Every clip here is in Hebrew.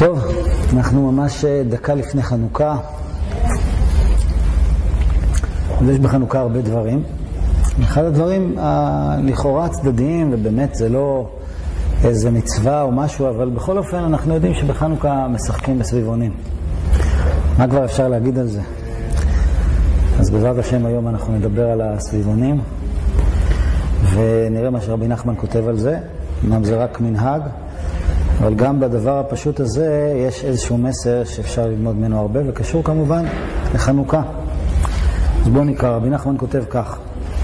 טוב, אנחנו ממש דקה לפני חנוכה. יש בחנוכה הרבה דברים. אחד הדברים לכאורה צדדיים, ובאמת זה לא איזה מצווה או משהו, אבל בכל אופן אנחנו יודעים שבחנוכה משחקים בסביבונים. מה כבר אפשר להגיד על זה? אז בעזרת השם היום אנחנו נדבר על הסביבונים, ונראה מה שרבי נחמן כותב על זה. אמנם זה רק מנהג, אבל גם בדבר הפשוט הזה יש איזשהו מסר שאפשר ללמוד ממנו הרבה, וקשור כמובן לחנוכה. אז בואו נקרא, רבי נחמן כותב כך: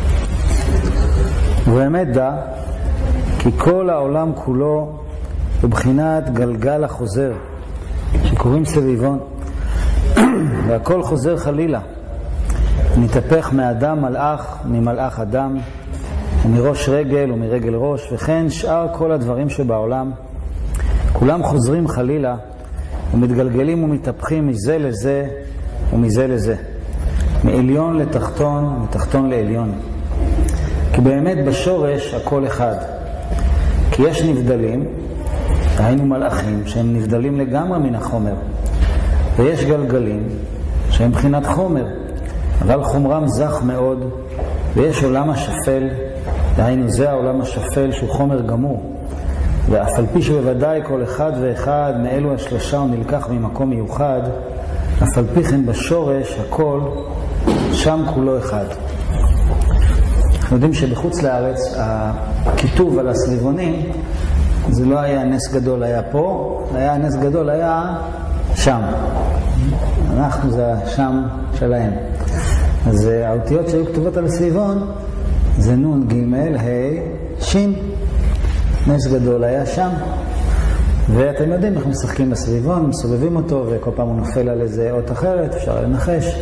ובאמת דע כי כל העולם כולו הוא בחינת גלגל החוזר שקוראים סביבון, והכל חוזר חלילה, נתהפך מאדם מלאך ממלאך אדם, ומראש רגל ומרגל ראש, וכן שאר כל הדברים שבעולם כולם חוזרים חלילה ומתגלגלים ומתהפכים מזה לזה ומזה לזה, מעליון לתחתון ומתחתון לעליון. כי באמת בשורש הכל אחד, כי יש נבדלים, היינו מלאכים שהם נבדלים לגמרי מן החומר, ויש גלגלים שהם בחינת חומר אבל חומרם זך מאוד, ויש עולם השפל, היינו זה העולם השפל שהוא חומר גמור, ואף על פי שבוודאי כל אחד ואחד מאלו השלושה הוא נלקח ממקום מיוחד, אף על פי כן בשורש הכל שם כולו אחד. אנחנו יודעים שבחוץ לארץ הכיתוב על הסביבונים זה לא היה נס גדול היה פה, היה נס גדול היה שם. אנחנו זה השם שלהם. אז האותיות שהיו כתובות על הסביבון זה נון ג' ה' שין. נס גדול היה שם. ואתם יודעים איך משחקים בסביבון, מסובבים אותו וכל פעם הוא נופל על איזה אות אחרת, אפשר לנחש.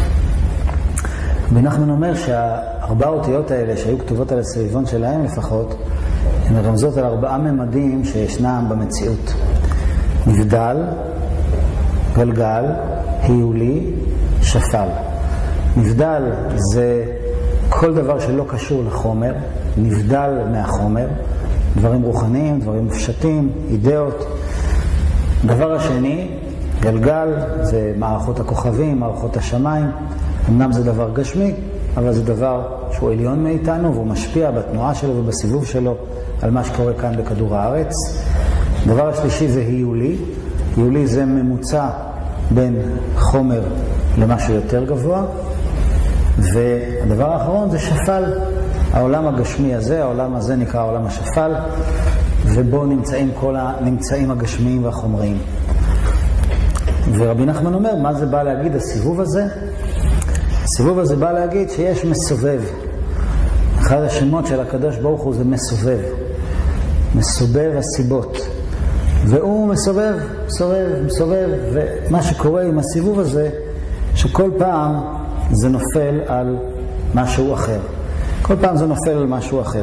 רבי נחמן אומר שהארבע האותיות האלה שהיו כתובות על הסביבון שלהם לפחות, הן רמזות על 4 ממדים שישנם במציאות: נבדל, גלגל, היולי, שפל. נבדל זה כל דבר שלא קשור לחומר, נבדל מהחומר, דברים רוחניים, דברים מופשטים, אידאות. דבר השני, גלגל, זה מערכות הכוכבים, מערכות השמיים. אמנם זה דבר גשמי, אבל זה דבר שהוא עליון מאיתנו, והוא משפיע בתנועה שלו ובסיבוב שלו על מה שקורה כאן בכדור הארץ. דבר השלישי זה היולי. היולי זה ממוצע בין חומר למשהו יותר גבוה. והדבר האחרון זה שפל. העולם הגשמי הזה, העולם הזה נקרא העולם השפל, ובו נמצאים כל הנמצאים הגשמיים והחומריים. ורבי נחמן אומר, מה זה בא להגיד הסיבוב הזה? הסיבוב הזה בא להגיד שיש מסובב. אחד השמות של הקדוש ברוך הוא זה מסובב. מסובב הסיבות. והוא מסובב, מסובב, ומה שקורה עם הסיבוב הזה, שכל פעם זה נופל על משהו אחר. כל פעם זה נופל על משהו אחר.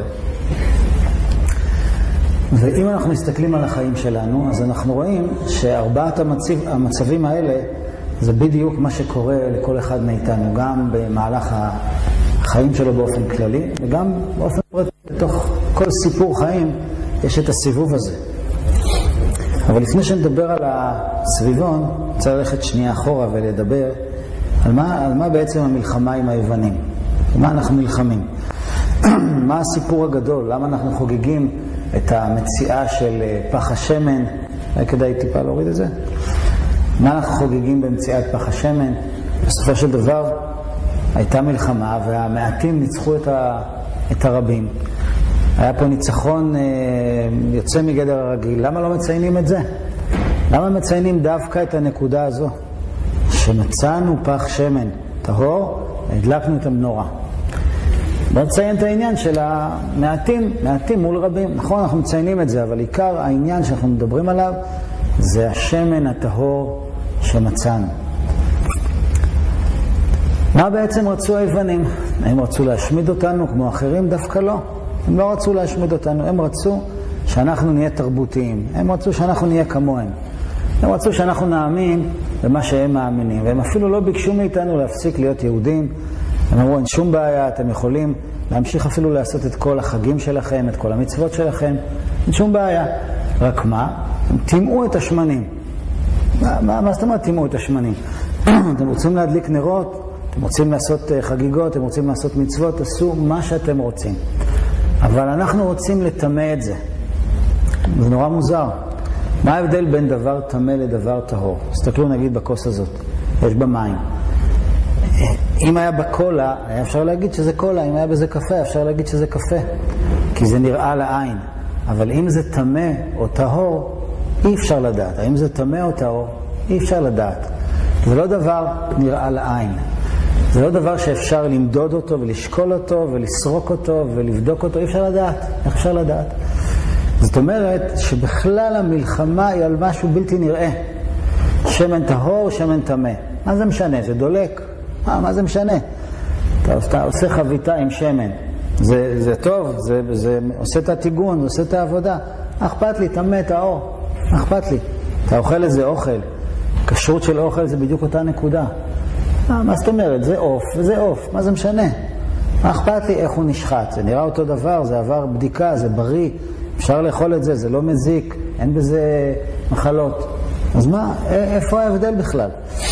ואם אנחנו מסתכלים על החיים שלנו, אז אנחנו רואים שארבעת המצבים האלה זה בדיוק מה שקורה לכל אחד מאיתנו, גם במהלך החיים שלו באופן כללי, וגם באופן פרטי. בתוך כל סיפור חיים יש את הסיבוב הזה. אבל לפני שנדבר על הסביבון, צריך ללכת שנייה אחורה ולדבר על מה בעצם המלחמה עם היוונים. מה אנחנו נלחמים? מה הסיפור הגדול? למה אנחנו חוגגים את המציאה של פח השמן? אולי כדאי טיפה להוריד את זה. מה אנחנו חוגגים במציאת פח השמן? בסופו של דבר הייתה מלחמה והמעטים ניצחו את הרבים. היה פה ניצחון יוצא מגדר הרגיל. למה לא מציינים את זה? למה מציינים דווקא את הנקודה הזו? שמצאנו פח שמן טהור, הדלקנו את המנורה. בוא נציין את העניין של המעטים, מעטים מול רבים. נכון, אנחנו מציינים את זה, אבל עיקר העניין שאנחנו מדברים עליו זה השמן הטהור שמצאנו. מה בעצם רצו היוונים? הם רצו להשמיד אותנו כמו אחרים? דווקא לא. הם לא רצו להשמיד אותנו, הם רצו שאנחנו נהיה תרבותיים. הם רצו שאנחנו נהיה כמוהם. הם רצו שאנחנו נאמין במה שהם מאמינים. והם אפילו לא ביקשו מאיתנו להפסיק להיות יהודים. הם אמרו, אין שום בעיה, אתם יכולים להמשיך אפילו לעשות את כל החגים שלכם, את כל המצוות שלכם. אין שום בעיה. רק מה? הם טימאו את השמנים. מה זאת אומרת תימו את השמנים? אתם רוצים להדליק נרות, אתם רוצים לעשות חגיגות, אתם רוצים לעשות מצוות, תעשו מה שאתם רוצים. אבל אנחנו רוצים לטמא את זה. זה נורא מוזר. מה ההבדל בין דבר טמא לדבר טהור? תסתכלו נגיד בכוס הזאת, יש בה מים. אם היה בקולה, היה אפשר להגיד שזה קולה, אם היה בזה קפה, אפשר להגיד שזה קפה, כי זה נראה לעין. אבל אם זה טמא או טהור, אי אפשר לדעת. האם זה טמא או טהור? אי אפשר לדעת. זה לא דבר נראה לעין. זה לא דבר שאפשר למדוד אותו ולשקול אותו ולסרוק אותו ולבדוק אותו. אי אפשר לדעת. איך אפשר לדעת? זאת אומרת שבכלל המלחמה היא על משהו בלתי נראה. שמן טהור, שמן טמא. מה זה משנה? זה דולק. מה זה משנה? אתה עושה חביתה עם שמן. זה טוב, זה עושה את התיגון, זה עושה את העבודה. אכפת לי, טמא טהור. אכפת לי. אתה אוכל איזה אוכל. כשרות של אוכל זה בדיוק אותה נקודה. מה זאת אומרת? זה אוף וזה אוף. מה זה משנה? מה אכפת לי איך הוא נשחט? זה נראה אותו דבר, זה עבר בדיקה, זה בריא. אפשר לאכול את זה, זה לא מזיק, אין בזה מחלות. אז מה? איפה ההבדל בכלל?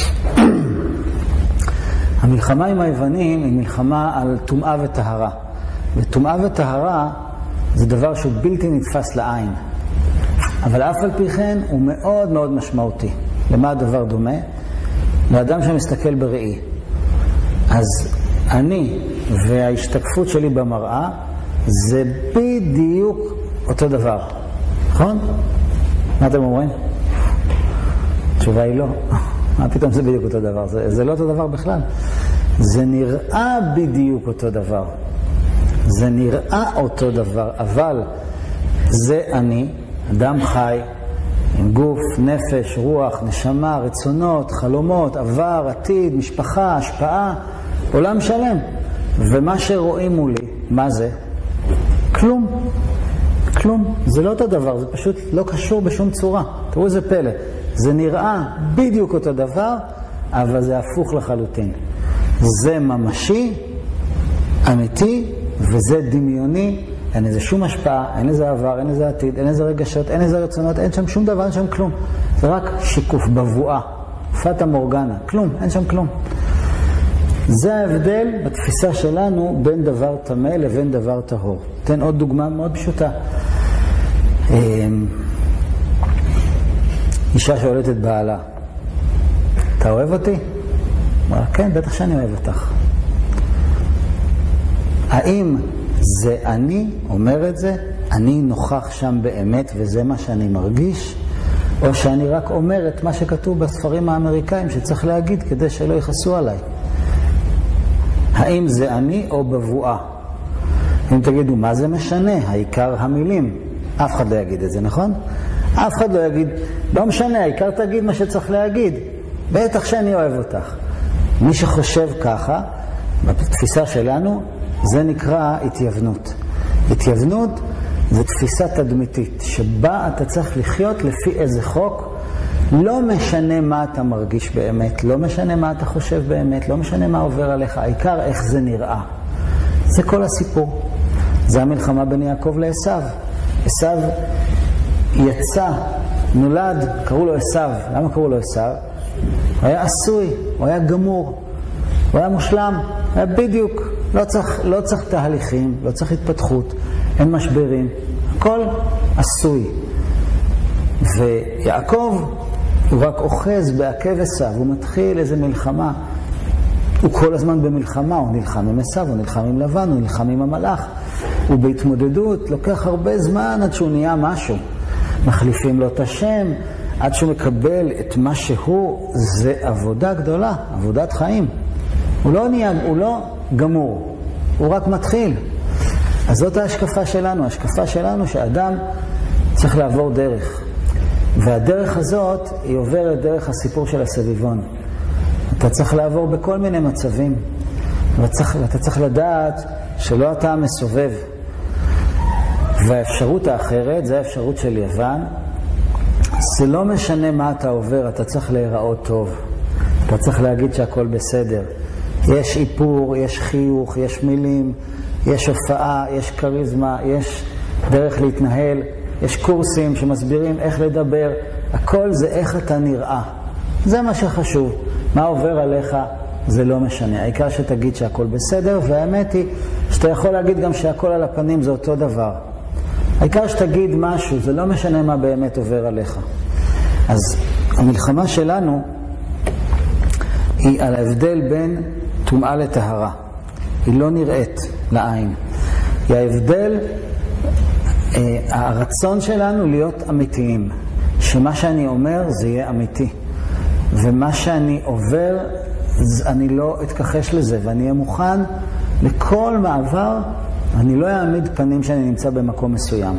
המלחמה עם היוונים היא מלחמה על טומאה וטהרה. וטומאה וטהרה זה דבר שהוא בלתי נתפס לעין. אבל אף על פי כן הוא מאוד מאוד משמעותי. למה הדבר דומה? לאדם שמסתכל בראי. אז אני וההשתקפות שלי במראה זה בדיוק אותו דבר. נכון? מה אתם אומרים? התשובה היא לא. מה פתאום זה בדיוק אותו דבר? זה לא אותו דבר בכלל. זה נראה בדיוק אותו דבר. זה נראה אותו דבר, אבל זה אני, אדם חי, עם גוף, נפש, רוח, נשמה, רצונות, חלומות, עבר, עתיד, משפחה, השפעה, עולם שלם. ומה שרואים מולי, מה זה? כלום. כלום. זה לא אותו דבר, זה פשוט לא קשור בשום צורה. תראו איזה פלא. זה נראה בדיוק אותו דבר, אבל זה הפוך לחלוטין. זה ממשי, אמיתי, וזה דמיוני. אין איזה שום השפעה, אין איזה עבר, אין איזה עתיד, אין איזה רגשות, אין איזה רצונות, אין שם שום דבר, אין שם כלום. זה רק שיקוף, בבואה, פטה מורגנה, כלום, אין שם כלום. זה ההבדל בתפיסה שלנו בין דבר טמא לבין דבר טהור. תן עוד דוגמה מאוד פשוטה. אישה שואלת את בעלה, אתה אוהב אותי? אמרה, כן, בטח שאני אוהב אותך. האם זה אני אומר את זה, אני נוכח שם באמת וזה מה שאני מרגיש, או שאני רק אומר את מה שכתוב בספרים האמריקאים שצריך להגיד כדי שלא יכעסו עליי? האם זה אני או בבואה? אם תגידו מה זה משנה, העיקר המילים, אף אחד לא יגיד את זה, נכון? אף אחד לא יגיד, לא משנה, העיקר תגיד מה שצריך להגיד, בטח שאני אוהב אותך. מי שחושב ככה, בתפיסה שלנו, זה נקרא התייוונות. התייוונות זה תפיסה תדמיתית, שבה אתה צריך לחיות לפי איזה חוק, לא משנה מה אתה מרגיש באמת, לא משנה מה אתה חושב באמת, לא משנה מה עובר עליך, העיקר איך זה נראה. זה כל הסיפור. זה המלחמה בין יעקב לעשו. עשו יצא, נולד, קראו לו עשו. למה קראו לו עשו? הוא היה עשוי, הוא היה גמור, הוא היה מושלם, היה בדיוק. לא צריך תהליכים, לא צריך התפתחות, אין משברים, הכל עשוי. ויעקב הוא רק אוחז בעקב עשו, הוא מתחיל איזה מלחמה. הוא כל הזמן במלחמה, הוא נלחם עם עשו, הוא נלחם עם לבן, הוא נלחם עם המלאך. הוא בהתמודדות, לוקח הרבה זמן עד שהוא נהיה משהו. מחליפים לו את השם, עד שהוא מקבל את מה שהוא, זה עבודה גדולה, עבודת חיים. הוא לא גמור, הוא רק מתחיל. אז זאת ההשקפה שלנו, ההשקפה שלנו שאדם צריך לעבור דרך. והדרך הזאת היא עוברת דרך הסיפור של הסביבון. אתה צריך לעבור בכל מיני מצבים, ואתה צריך לדעת שלא אתה מסובב. והאפשרות האחרת, זה האפשרות של יוון, זה לא משנה מה אתה עובר, אתה צריך להיראות טוב. אתה צריך להגיד שהכל בסדר. יש איפור, יש חיוך, יש מילים, יש הופעה, יש קריזמה, יש דרך להתנהל, יש קורסים שמסבירים איך לדבר. הכל זה איך אתה נראה. זה מה שחשוב. מה עובר עליך זה לא משנה. העיקר שתגיד שהכל בסדר, והאמת היא שאתה יכול להגיד גם שהכל על הפנים זה אותו דבר. העיקר שתגיד משהו, זה לא משנה מה באמת עובר עליך. אז המלחמה שלנו היא על ההבדל בין טומאה לטהרה. היא לא נראית לעין. היא ההבדל, הרצון שלנו להיות אמיתיים. שמה שאני אומר זה יהיה אמיתי. ומה שאני עובר, אני לא אתכחש לזה, ואני אהיה מוכן לכל מעבר, אני לא אעמיד פנים שאני נמצא במקום מסוים.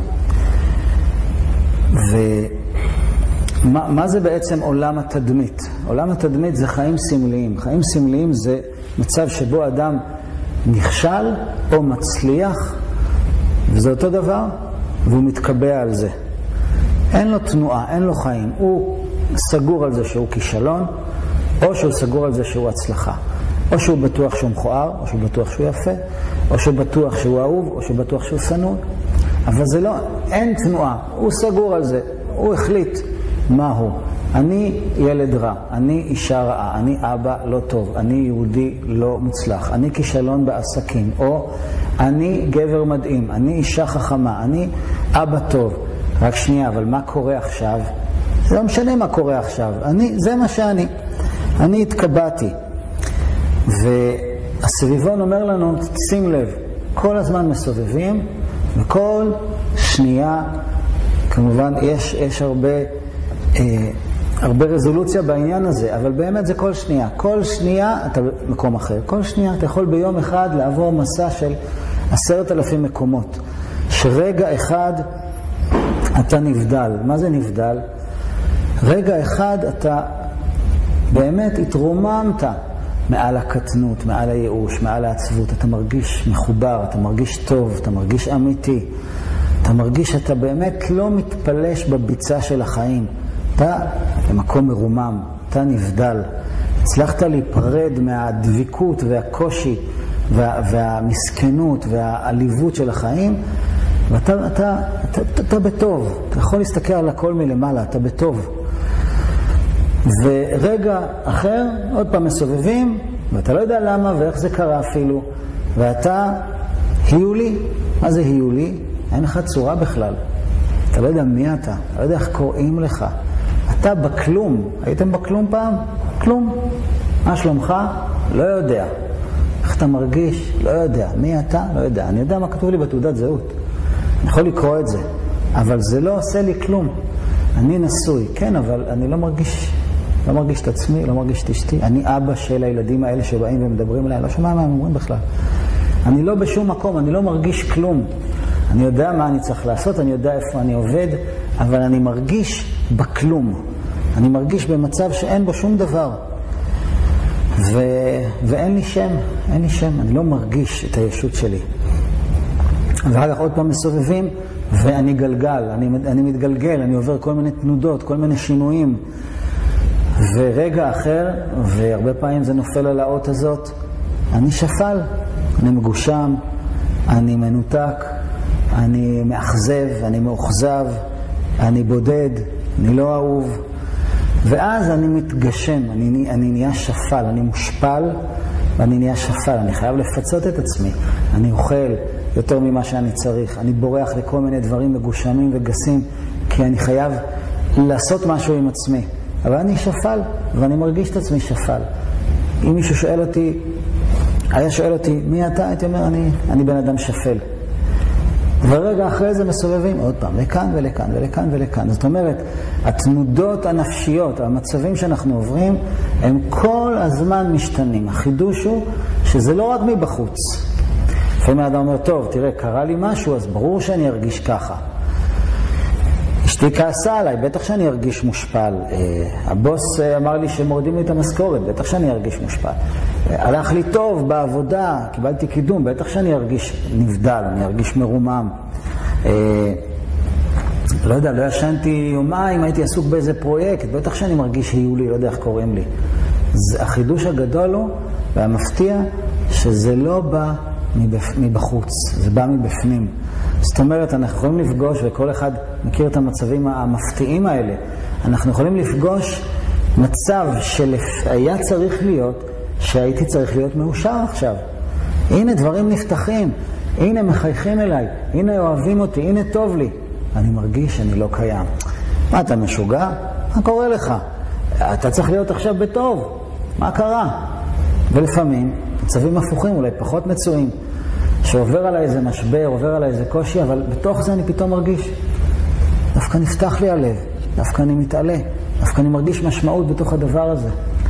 ומה זה בעצם עולם התדמית? עולם התדמית זה חיים סמליים. חיים סמליים זה מצב שבו אדם נכשל או מצליח, וזה אותו דבר, והוא מתקבע על זה. אין לו תנועה, אין לו חיים. הוא סגור על זה שהוא כישלון, או שהוא סגור על זה שהוא הצלחה. או שהוא בטוח שהוא מכוער, או שהוא בטוח שהוא יפה, או שהוא בטוח שהוא אהוב, או שהוא בטוח שהוא שנוא. אבל זה לא, אין תנועה. הוא סגור על זה. הוא החליט מה הוא. אני ילד רע, אני אישה רעה, אני אבא לא טוב, אני יהודי לא מוצלח, אני כישלון בעסקים, או אני גבר מדהים, אני אישה חכמה, אני אבא טוב. רק שנייה, אבל מה קורה עכשיו? זה לא משנה מה קורה עכשיו. זה מה שאני. אני התקבעתי. והסביבון אומר לנו, שים לב, כל הזמן מסובבים, וכל שנייה, כמובן יש הרבה רזולוציה בעניין הזה, אבל באמת זה כל שנייה. כל שנייה אתה במקום אחר. כל שנייה אתה יכול ביום אחד לעבור מסע של 10,000 מקומות. שרגע אחד אתה נבדל. מה זה נבדל? רגע אחד אתה באמת התרוממת מעל הקטנות, מעל הייאוש, מעל העצבות. אתה מרגיש מחובר, אתה מרגיש טוב, אתה מרגיש אמיתי. אתה מרגיש שאתה באמת לא מתפלש בביצה של החיים. אתה במקום מרומם, אתה נבדל. הצלחת להיפרד מהדביקות והקושי והמסכנות והעליבות של החיים, ואתה בטוב. אתה יכול להסתכל על הכל מלמעלה, אתה בטוב. ורגע אחר, עוד פעם מסובבים, ואתה לא יודע למה ואיך זה קרה אפילו, ואתה היולי. מה זה היולי? אין לך צורה בכלל. אתה לא יודע מי אתה, אתה לא יודע איך קוראים לך. אתה בכלום. הייתם בכלום פעם? כלום. מה שלומך? לא יודע. איך אתה מרגיש? לא יודע. מי אתה? לא יודע. אני יודע מה כתוב לי בתעודת זהות. אני יכול לקרוא את זה. אבל זה לא עושה לי כלום. אני נשוי. כן, אבל אני לא מרגיש את עצמי, לא מרגיש את אשתי. אני אבא של הילדים האלה שבאים ומדברים עליי. לא שומע מה הם אומרים בכלל. אני לא בשום מקום, אני לא מרגיש כלום. אני יודע מה אני צריך לעשות, אני יודע איפה אני עובד, אבל אני מרגיש בכלום. אני מרגיש במצב שאין בו שום דבר. ואין לי שם, אין לי שם. אני לא מרגיש את הישות שלי. ואחר כך עוד פעם מסובבים, ואני גלגל, אני מתגלגל, אני עובר כל מיני תנודות, כל מיני שינויים. ורגע אחר, והרבה פעמים זה נופל על האות הזאת, אני שפל, אני מגושם, אני מנותק, אני מאכזב, אני מאוכזב, אני בודד, אני לא אהוב. ואז אני מתגשם, אני נהיה שפל, אני מושפל ואני נהיה שפל. אני חייב לפצות את עצמי. אני אוכל יותר ממה שאני צריך. אני בורח לכל מיני דברים מגושמים וגסים, כי אני חייב לעשות משהו עם עצמי. אבל אני שפל, ואני מרגיש את עצמי שפל. אם מישהו היה שואל אותי, מי אתה? הייתי אומר, אני בן אדם שפל. ורגע אחרי זה מסובבים עוד פעם, לכאן ולכאן ולכאן ולכאן. זאת אומרת, התנודות הנפשיות, המצבים שאנחנו עוברים, הם כל הזמן משתנים. החידוש הוא שזה לא רק מבחוץ. לפעמים האדם אומר, טוב, תראה, קרה לי משהו, אז ברור שאני ארגיש ככה. אשתי כעסה עליי, בטח שאני ארגיש מושפל. הבוס אמר לי שמורדים לי את המשכורת, בטח שאני ארגיש מושפל. הלך לי טוב בעבודה, קיבלתי קידום, בטח שאני ארגיש נבדל, אני ארגיש מרומם. לא יודע, לא ישנתי יומיים, הייתי עסוק באיזה פרויקט, בטח שאני מרגיש היולי, לא יודע איך קוראים לי. החידוש הגדול הוא, והמפתיע, שזה לא בא מבחוץ, זה בא מבפנים. זאת אומרת, אנחנו יכולים לפגוש, וכל אחד מכיר את המצבים המפתיעים האלה. אנחנו יכולים לפגוש מצב שהיה צריך להיות, שהייתי צריך להיות מאושר עכשיו. הנה דברים נפתחים, הנה מחייכים אליי, הנה אוהבים אותי, הנה טוב לי. אני מרגיש שאני לא קיים. מה, אתה משוגע? מה קורה לך? אתה צריך להיות עכשיו בטוב. מה קרה? ולפעמים, מצבים הפוכים, אולי פחות מצויים, שעובר עליי איזה משבר, עובר עליי איזה קושי, אבל בתוך זה אני פתאום מרגיש, דווקא נפתח לי הלב, דווקא אני מתעלה, דווקא אני מרגיש משמעות בתוך הדבר הזה.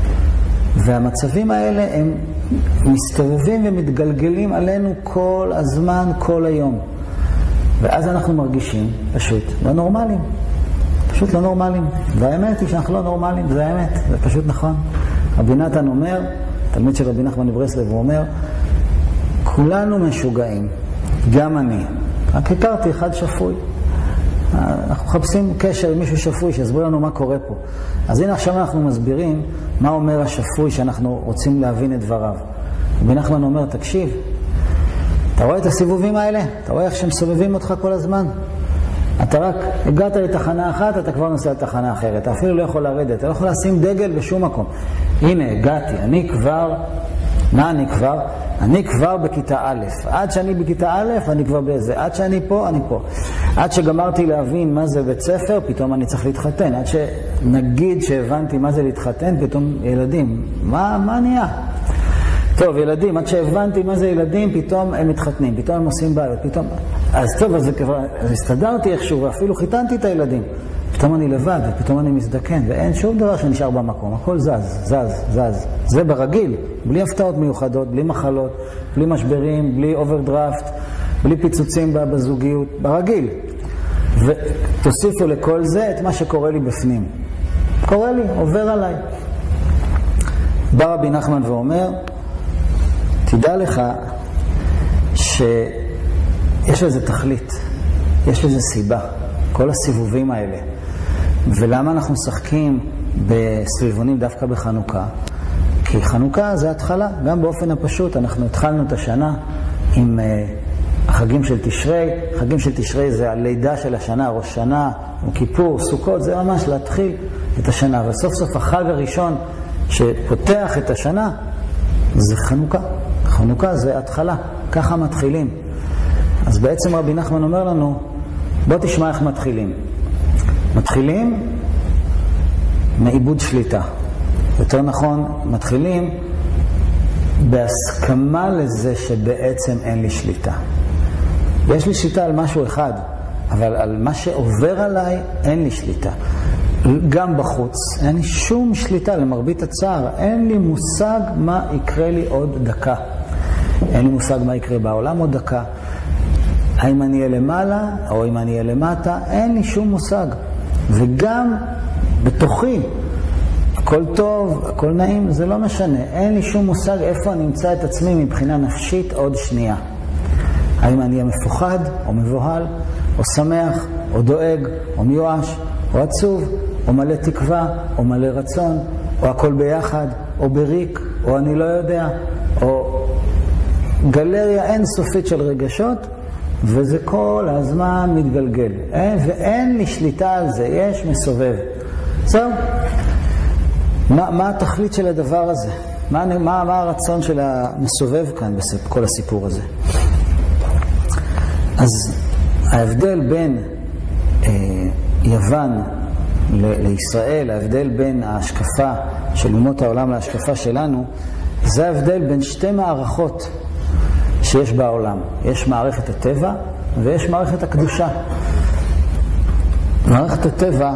והמצבים האלה הם מסתובבים ומתגלגלים עלינו כל הזמן, כל היום. ואז אנחנו מרגישים פשוט לא נורמליים. פשוט לא נורמליים. והאמת היא שאנחנו לא נורמליים, זה האמת, זה פשוט נכון. רבי נתן אומר, תלמיד של רבי נחמן מברסלב, הוא אומר, כולנו משוגעים, גם אני. רק הכרתי אחד שפוי. אנחנו מחפשים קשר עם מישהו שפוי שיסביר לנו מה קורה פה. אז הנה עכשיו אנחנו מסבירים מה אומר השפוי שאנחנו רוצים להבין את דבריו. רבי נחמן אומר, תקשיב, אתה רואה את הסיבובים האלה? אתה רואה איך שהם סובבים אותך כל הזמן? אתה רק הגעת לתחנה אחת, אתה כבר נוסע לתחנה אחרת. אתה אפילו לא יכול לרדת, אתה לא יכול לשים דגל בשום מקום. הנה, הגעתי, אני כבר, אני כבר בכיתה א'. עד שאני בכיתה א', אני כבר בזה. עד שאני פה, אני פה. עד שגמרתי להבין מה זה בית ספר, פתאום אני צריך להתחתן. עד שנגיד שהבנתי מה זה להתחתן, פתאום ילדים. מה נהיה? טוב, ילדים, עד שהבנתי מה זה ילדים, פתאום הם מתחתנים, פתאום הם עושים בעיות, פתאום... אז טוב, אז הסתדרתי איכשהו, ואפילו חיתנתי את הילדים. פתאום אני לבד, ופתאום אני מזדקן, ואין שום דבר שנשאר במקום. הכל זז. זה ברגיל, בלי הפתעות מיוחדות, בלי מחלות, בלי משברים, בלי אוברדרפט, בלי פיצוצים בזוגיות, ברגיל. ותוסיפו לכל זה את מה שקורה לי בפנים. קורה לי, עובר עליי. בא רבי נחמן ואומר, תדע לך שיש לזה תכלית, יש לזה סיבה, כל הסיבובים האלה. ולמה אנחנו משחקים בסביבונים דווקא בחנוכה? כי חנוכה זה התחלה, גם באופן הפשוט. אנחנו התחלנו את השנה עם החגים של תשרי. חגים של תשרי זה הלידה של השנה, ראש שנה, כיפור, סוכות, זה ממש להתחיל את השנה. וסוף סוף החג הראשון שפותח את השנה זה חנוכה. חנוכה זה התחלה, ככה מתחילים. אז בעצם רבי נחמן אומר לנו, בוא תשמע איך מתחילים. מתחילים מעיבוד שליטה. יותר נכון, מתחילים בהסכמה לזה שבעצם אין לי שליטה. יש לי שליטה על משהו אחד, אבל על מה שעובר עליי אין לי שליטה. גם בחוץ, אין לי שום שליטה, למרבית הצער, אין לי מושג מה יקרה לי עוד דקה. אין לי מושג מה יקרה בעולם עוד דקה. האם אני אהיה למעלה או אם אני אהיה למטה, אין לי שום מושג. וגם בתוכי, הכל טוב, הכל נעים, זה לא משנה. אין לי שום מושג איפה אני אמצא את עצמי מבחינה נפשית עוד שנייה. האם אני אהיה מפוחד או מבוהל, או שמח, או דואג, או מיואש, או עצוב, או מלא תקווה, או מלא רצון, או הכל ביחד, או בריק, או אני לא יודע, או גלריה אינסופית של רגשות, וזה כל הזמן מתגלגל. ואין לי שליטה על זה, יש מסובב. זהו. מה התכלית של הדבר הזה? מה הרצון של המסובב כאן בכל הסיפור הזה? אז ההבדל בין יוון לישראל, ההבדל בין ההשקפה של אומות העולם להשקפה שלנו, זה ההבדל בין שתי מערכות שיש בעולם. יש מערכת הטבע ויש מערכת הקדושה. מערכת הטבע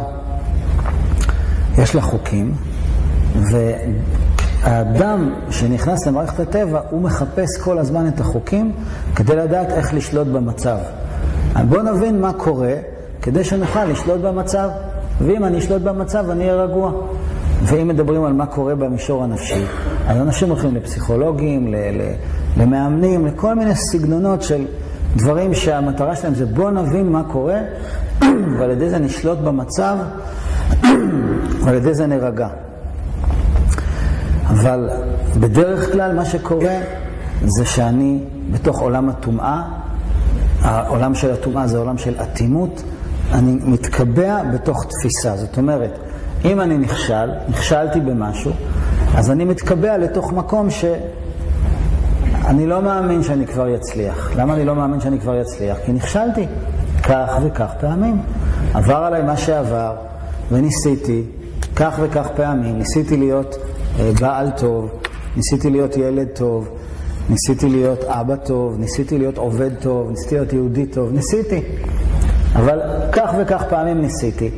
יש לה חוקים, והאדם שנכנס למערכת הטבע הוא מחפש כל הזמן את החוקים כדי לדעת איך לשלוט במצב. בואו נבין מה קורה כדי שנוכל לשלוט במצב, ואם אני אשלוט במצב אני אהיה רגוע. ואם מדברים על מה קורה במישור הנפשי, אז אנשים הולכים לפסיכולוגים, למאמנים, לכל מיני סגנונות של דברים שהמטרה שלהם זה בוא נבין מה קורה, ועל ידי זה נשלוט במצב, ועל ידי זה נרגע. אבל בדרך כלל מה שקורה זה שאני בתוך עולם הטומאה, העולם של הטומאה זה עולם של אטימות, אני מתקבע בתוך תפיסה. זאת אומרת, אם אני נכשלתי במשהו, אז אני מתקבע לתוך מקום אני לא מאמין שאני כבר אצליח. למה אני לא מאמין שאני כבר אצליח? כי נכשלתי כך וכך פעמים. עבר עליי מה שעבר, וניסיתי כך וכך פעמים. ניסיתי להיות בעל טוב, ניסיתי להיות ילד טוב, ניסיתי להיות אבא טוב, ניסיתי להיות עובד טוב, ניסיתי להיות יהודי טוב, ניסיתי. אבל כך וכך פעמים ניסיתי.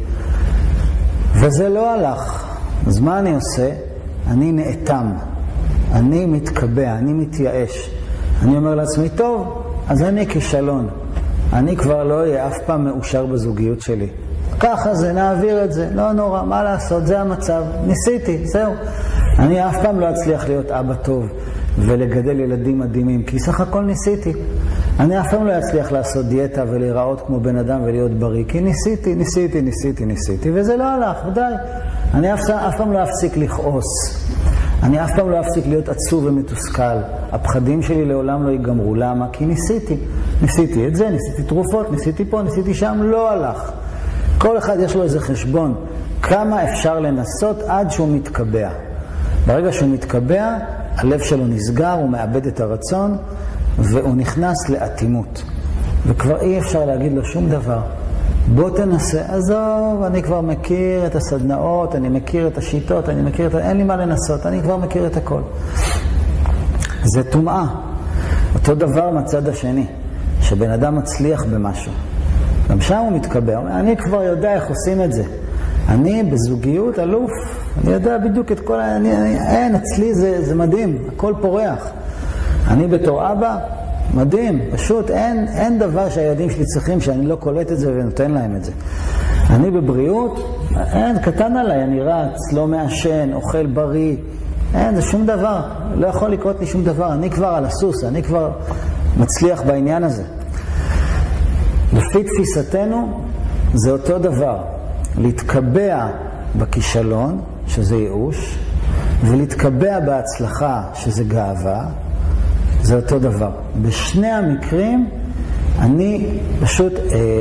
וזה לא הלך. אז מה אני עושה? אני נאטם. אני מתקבע, אני מתייאש. אני אומר לעצמי, טוב, אז אני כישלון. אני כבר לא אהיה אף פעם מאושר בזוגיות שלי. ככה זה, נעביר את זה. לא נורא, מה לעשות? זה המצב. ניסיתי, זהו. אני אף פעם לא אצליח להיות אבא טוב ולגדל ילדים מדהימים, כי סך הכל ניסיתי. אני אף פעם לא אצליח לעשות דיאטה ולהיראות כמו בן אדם ולהיות בריא, כי ניסיתי, וזה לא הלך, די. אני אף פעם לא אפסיק לכעוס. אני אף פעם לא אפסיק להיות עצוב ומתוסכל. הפחדים שלי לעולם לא ייגמרו. למה? כי ניסיתי את זה, ניסיתי תרופות, ניסיתי פה, ניסיתי שם, לא הלך. כל אחד יש לו איזה חשבון. כמה אפשר לנסות עד שהוא מתקבע. ברגע שהוא מתקבע, הלב שלו נסגר, הוא מאבד את הרצון, והוא נכנס לאטימות. וכבר אי אפשר להגיד לו שום דבר. בוא תנסה, עזוב, אני כבר מכיר את הסדנאות, אני מכיר את השיטות, אין לי מה לנסות, אני כבר מכיר את הכל. זה טומאה. אותו דבר מהצד השני, שבן אדם מצליח במשהו. גם שם הוא מתקבע, אני כבר יודע איך עושים את זה. אני בזוגיות אלוף, אני יודע בדיוק את כל... אין, אצלי זה מדהים, הכל פורח. אני בתור אבא, מדהים, פשוט אין דבר שהילדים שלי צריכים שאני לא קולט את זה ונותן להם את זה. אני בבריאות, קטן עליי, אני רץ, לא מעשן, אוכל בריא, זה שום דבר, לא יכול לקרות לי שום דבר, אני כבר על הסוס, אני כבר מצליח בעניין הזה. לפי תפיסתנו זה אותו דבר, להתקבע בכישלון, שזה ייאוש, ולהתקבע בהצלחה, שזה גאווה, זה אותו דבר. בשני המקרים אני פשוט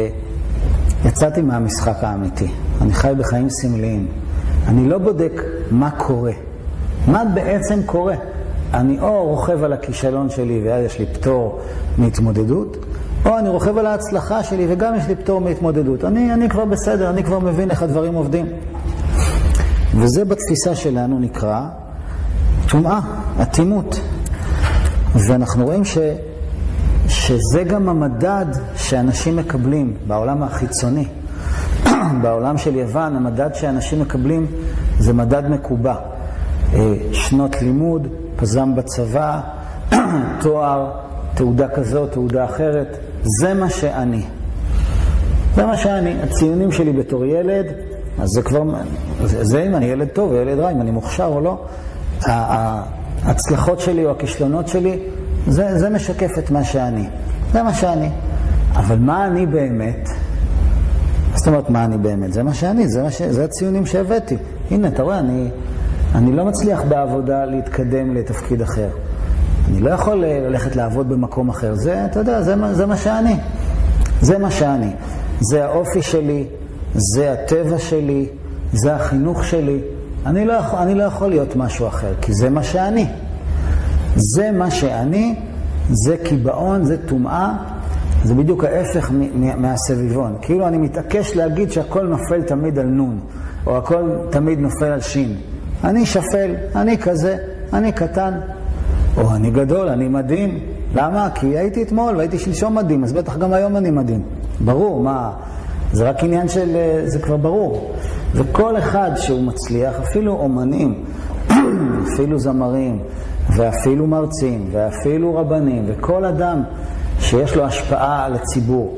יצאתי מהמשחק האמיתי. אני חי בחיים סמליים. אני לא בודק מה קורה. מה בעצם קורה? אני או רוכב על הכישלון שלי ואז יש לי פטור מהתמודדות, או אני רוכב על ההצלחה שלי וגם יש לי פטור מהתמודדות. אני כבר בסדר, אני כבר מבין איך הדברים עובדים. וזה בתפיסה שלנו נקרא טומאה, אטימות. ואנחנו רואים שזה גם המדד שאנשים מקבלים בעולם החיצוני. בעולם של יוון, המדד שאנשים מקבלים זה מדד מקובע. שנות לימוד, פזם בצבא, תואר, תעודה כזאת, תעודה אחרת. זה מה שאני. זה מה שאני. הציונים שלי בתור ילד, אז זה כבר... זה אם אני ילד טוב או ילד רע, אם אני מוכשר או לא. ההצלחות שלי או הכישלונות שלי, זה משקף את מה שאני. זה מה שאני. אבל מה אני באמת? זאת אומרת, מה אני באמת? זה מה שאני, זה הציונים שהבאתי. הנה, אתה רואה, אני לא מצליח בעבודה להתקדם לתפקיד אחר. אני לא יכול ללכת לעבוד במקום אחר. זה, אתה יודע, זה מה שאני. זה מה שאני. זה האופי שלי, זה הטבע שלי, זה החינוך שלי. אני לא יכול להיות משהו אחר, כי זה מה שאני. זה מה שאני, זה קיבעון, זה טומאה, זה בדיוק ההפך מהסביבון. כאילו אני מתעקש להגיד שהכל נופל תמיד על נון, או הכל תמיד נופל על שין. אני שפל, אני כזה, אני קטן, או אני גדול, אני מדהים. למה? כי הייתי אתמול והייתי שלשום מדהים, אז בטח גם היום אני מדהים. ברור, מה? זה רק עניין של... זה כבר ברור. וכל אחד שהוא מצליח, אפילו אומנים, אפילו זמרים, ואפילו מרצים, ואפילו רבנים, וכל אדם שיש לו השפעה על הציבור,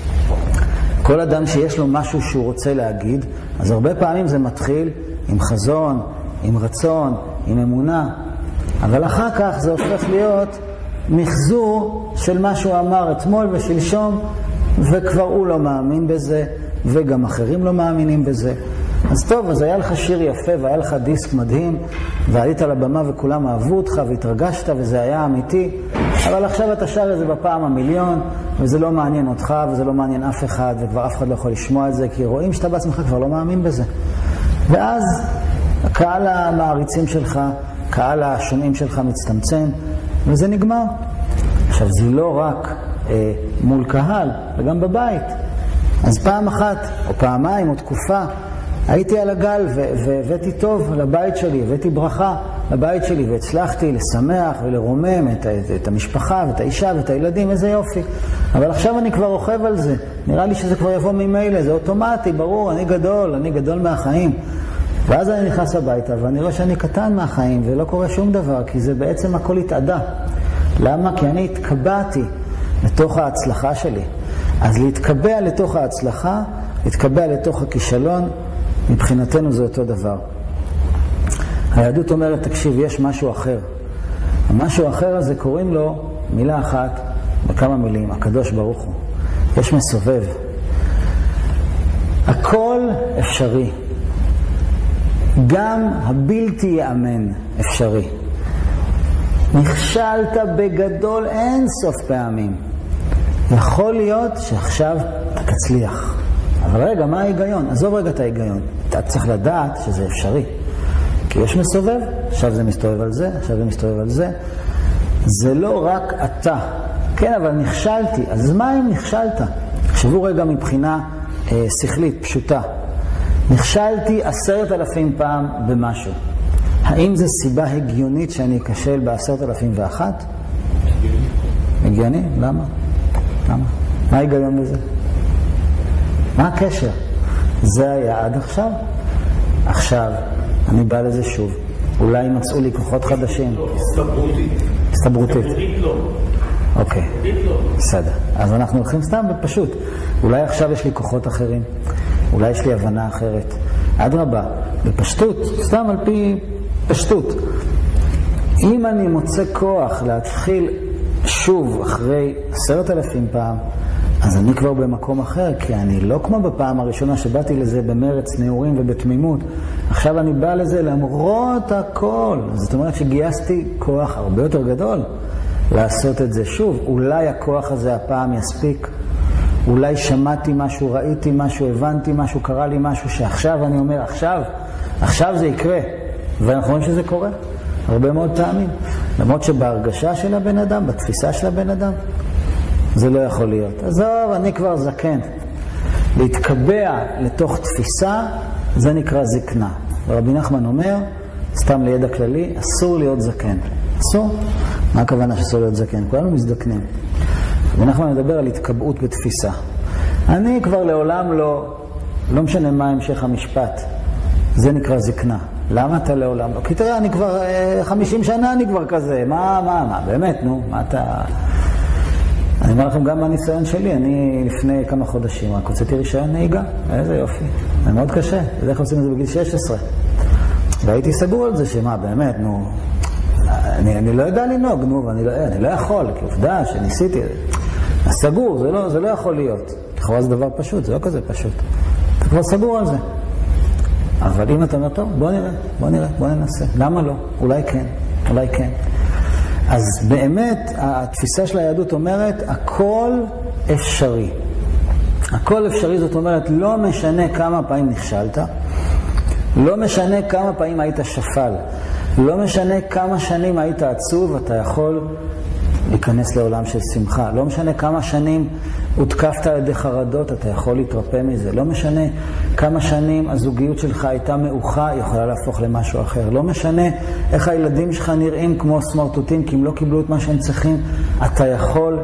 כל אדם שיש לו משהו שהוא רוצה להגיד, אז הרבה פעמים זה מתחיל עם חזון, עם רצון, עם אמונה, אבל אחר כך זה הופך להיות מחזור של מה שהוא אמר אתמול ושלשום, וכבר הוא לא מאמין בזה, וגם אחרים לא מאמינים בזה. אז טוב, אז היה לך שיר יפה והיה לך דיסק מדהים ועלית על הבמה וכולם אהבו אותך והתרגשת וזה היה אמיתי, אבל עכשיו אתה שר את זה בפעם המיליון וזה לא מעניין אותך וזה לא מעניין אף אחד וכבר אף אחד לא יכול לשמוע את זה, כי רואים שאתה בעצמך כבר לא מאמין בזה. ואז קהל המעריצים שלך, קהל השומעים שלך מצטמצם, וזה נגמר. עכשיו, זה לא רק מול קהל, וגם בבית. אז פעם אחת, או פעמיים, או תקופה, הייתי על הגל והבאתי טוב לבית שלי, הבאתי ברכה לבית שלי, והצלחתי לשמח ולרומם את המשפחה ואת האישה ואת הילדים, איזה יופי. אבל עכשיו אני כבר רוכב על זה. נראה לי שזה כבר יבוא ממילא, זה אוטומטי, ברור, אני גדול מהחיים. ואז אני נכנס הביתה ואני רואה שאני קטן מהחיים ולא קורה שום דבר, כי זה בעצם הכל התעדה. למה? כי אני התקבעתי לתוך ההצלחה שלי. אז להתקבע לתוך ההצלחה, להתקבע לתוך הכישלון, מבחינתנו זה אותו דבר. היהדות אומרת, תקשיב, יש משהו אחר. המשהו אחר הזה קוראים לו מילה אחת, בכמה מילים, הקדוש ברוך הוא. יש מסובב. הכל אפשרי. גם הבלתי יאמן אפשרי. נכשלת בגדול אין סוף פעמים. יכול להיות שעכשיו אתה תצליח. אבל רגע, מה ההיגיון? עזוב רגע את ההיגיון. אתה צריך לדעת שזה אפשרי. כי יש מסובב, עכשיו זה מסתובב על זה, עכשיו זה מסתובב על זה. זה לא רק אתה. כן, אבל נכשלתי. אז מה אם נכשלת? תחשבו רגע מבחינה שכלית, פשוטה. נכשלתי 10,000 פעם במשהו. האם זו סיבה הגיונית שאני אכשל ב10,001? הגיוני? למה? למה? מה ההיגיון בזה? מה הקשר? זה היה עד עכשיו. עכשיו, אני בא לזה שוב. אולי ימצאו לי כוחות חדשים. הסתברותית. אוקיי. בסדר. אז אנחנו הולכים סתם בפשוט. אולי עכשיו יש לי כוחות אחרים. אולי יש לי הבנה אחרת. אדרבה, בפשטות, סתם על פי פשטות. אם אני מוצא כוח להתחיל שוב אחרי 10,000 פעם, אז אני כבר במקום אחר, כי אני לא כמו בפעם הראשונה שבאתי לזה במרץ נעורים ובתמימות. עכשיו אני בא לזה למרות הכל. זאת אומרת שגייסתי כוח הרבה יותר גדול לעשות את זה שוב. אולי הכוח הזה הפעם יספיק. אולי שמעתי משהו, ראיתי משהו, הבנתי משהו, קרה לי משהו שעכשיו אני אומר, עכשיו זה יקרה. ואנחנו רואים שזה קורה הרבה מאוד פעמים. למרות שבהרגשה של הבן אדם, בתפיסה של הבן אדם, זה לא יכול להיות. עזוב, אני כבר זקן. להתקבע לתוך תפיסה, זה נקרא זקנה. ורבי נחמן אומר, סתם לידע כללי, אסור להיות זקן. אסור? מה הכוונה שאסור להיות זקן? כולנו מזדקנים. רבי נחמן מדבר על התקבעות בתפיסה. אני כבר לעולם לא משנה מה המשך המשפט. זה נקרא זקנה. למה אתה לעולם לא? כי תראה, אני כבר 50 שנה אני כבר כזה. מה? באמת, נו, מה אתה... אני אומר לכם גם מהניסיון שלי, אני לפני כמה חודשים רק הוצאתי רישיון נהיגה, איזה יופי, זה מאוד קשה, בדרך כלל עושים את זה בגיל 16. והייתי סגור על זה שמה, באמת, נו, אני לא יודע לנהוג, נו, ואני לא יכול, כי עובדה שניסיתי, סגור, זה לא יכול להיות. לכאורה זה דבר פשוט, זה לא כזה פשוט. אתה כבר סגור על זה. אבל אם אתה אומר, טוב, בוא ננסה. למה לא? אולי כן. אז באמת, התפיסה של היהדות אומרת, הכל אפשרי. הכל אפשרי, זאת אומרת, לא משנה כמה פעמים נכשלת, לא משנה כמה פעמים היית שפל, לא משנה כמה שנים היית עצוב, אתה יכול להיכנס לעולם של שמחה. לא משנה כמה שנים הותקפת על ידי חרדות, אתה יכול להתרפא מזה. לא משנה כמה שנים הזוגיות שלך הייתה מאוחה, היא יכולה להפוך למשהו אחר. לא משנה איך הילדים שלך נראים כמו סמרטוטים, כי הם לא קיבלו את מה שהם צריכים, אתה יכול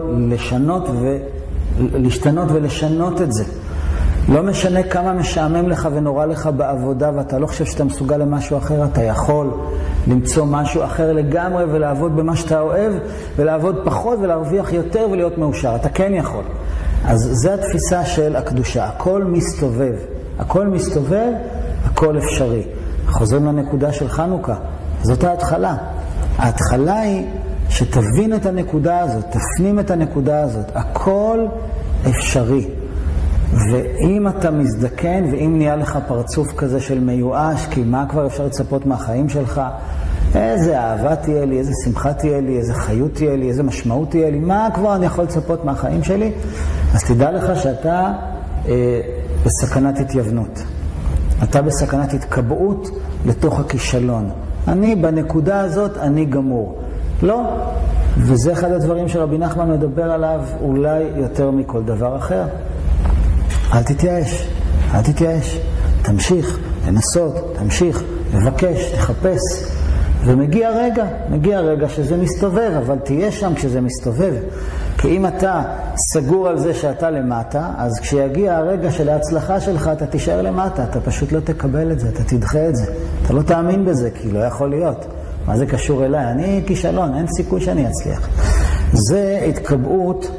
להשתנות ולשנות את זה. לא משנה כמה משעמם לך ונורא לך בעבודה, ואתה לא חושב שאתה מסוגל למשהו אחר, אתה יכול למצוא משהו אחר לגמרי ולעבוד במה שאתה אוהב, ולעבוד פחות ולהרוויח יותר ולהיות מאושר. אתה כן יכול. אז זו התפיסה של הקדושה. הכל מסתובב, הכל אפשרי. חוזרים לנקודה של חנוכה. זאת ההתחלה. ההתחלה היא שתבין את הנקודה הזאת, תפנים את הנקודה הזאת. הכל אפשרי. ואם אתה מזדקן, ואם נהיה לך פרצוף כזה של מיואש, כי מה כבר אפשר לצפות מהחיים שלך? איזה אהבה תהיה לי, איזה שמחה תהיה לי, איזה חיות תהיה לי, איזה משמעות תהיה לי, מה כבר אני יכול לצפות מהחיים שלי? אז תדע לך שאתה בסכנת התייוונות. אתה בסכנת התקבעות לתוך הכישלון. אני בנקודה הזאת, אני גמור. לא. וזה אחד הדברים שרבי נחמן מדבר עליו אולי יותר מכל דבר אחר. אל תתייאש, אל תתייאש. תמשיך לנסות, תמשיך לבקש, לחפש. ומגיע רגע שזה מסתובב, אבל תהיה שם כשזה מסתובב. כי אם אתה סגור על זה שאתה למטה, אז כשיגיע הרגע של ההצלחה שלך, אתה תישאר למטה, אתה פשוט לא תקבל את זה, אתה תדחה את זה. אתה לא תאמין בזה, כי לא יכול להיות. מה זה קשור אליי? אני כישלון, אין סיכוי שאני אצליח. זה התקבעות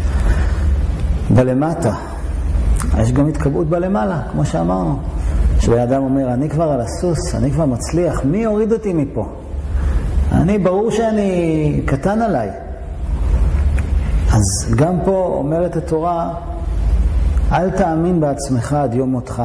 בלמטה. יש גם התקבעות בלמעלה, כמו שאמרנו. כשאדם אומר, אני כבר על הסוס, אני כבר מצליח, מי הוריד אותי מפה? ברור שאני קטן עליי. אז גם פה אומרת התורה, אל תאמין בעצמך עד יום מותך.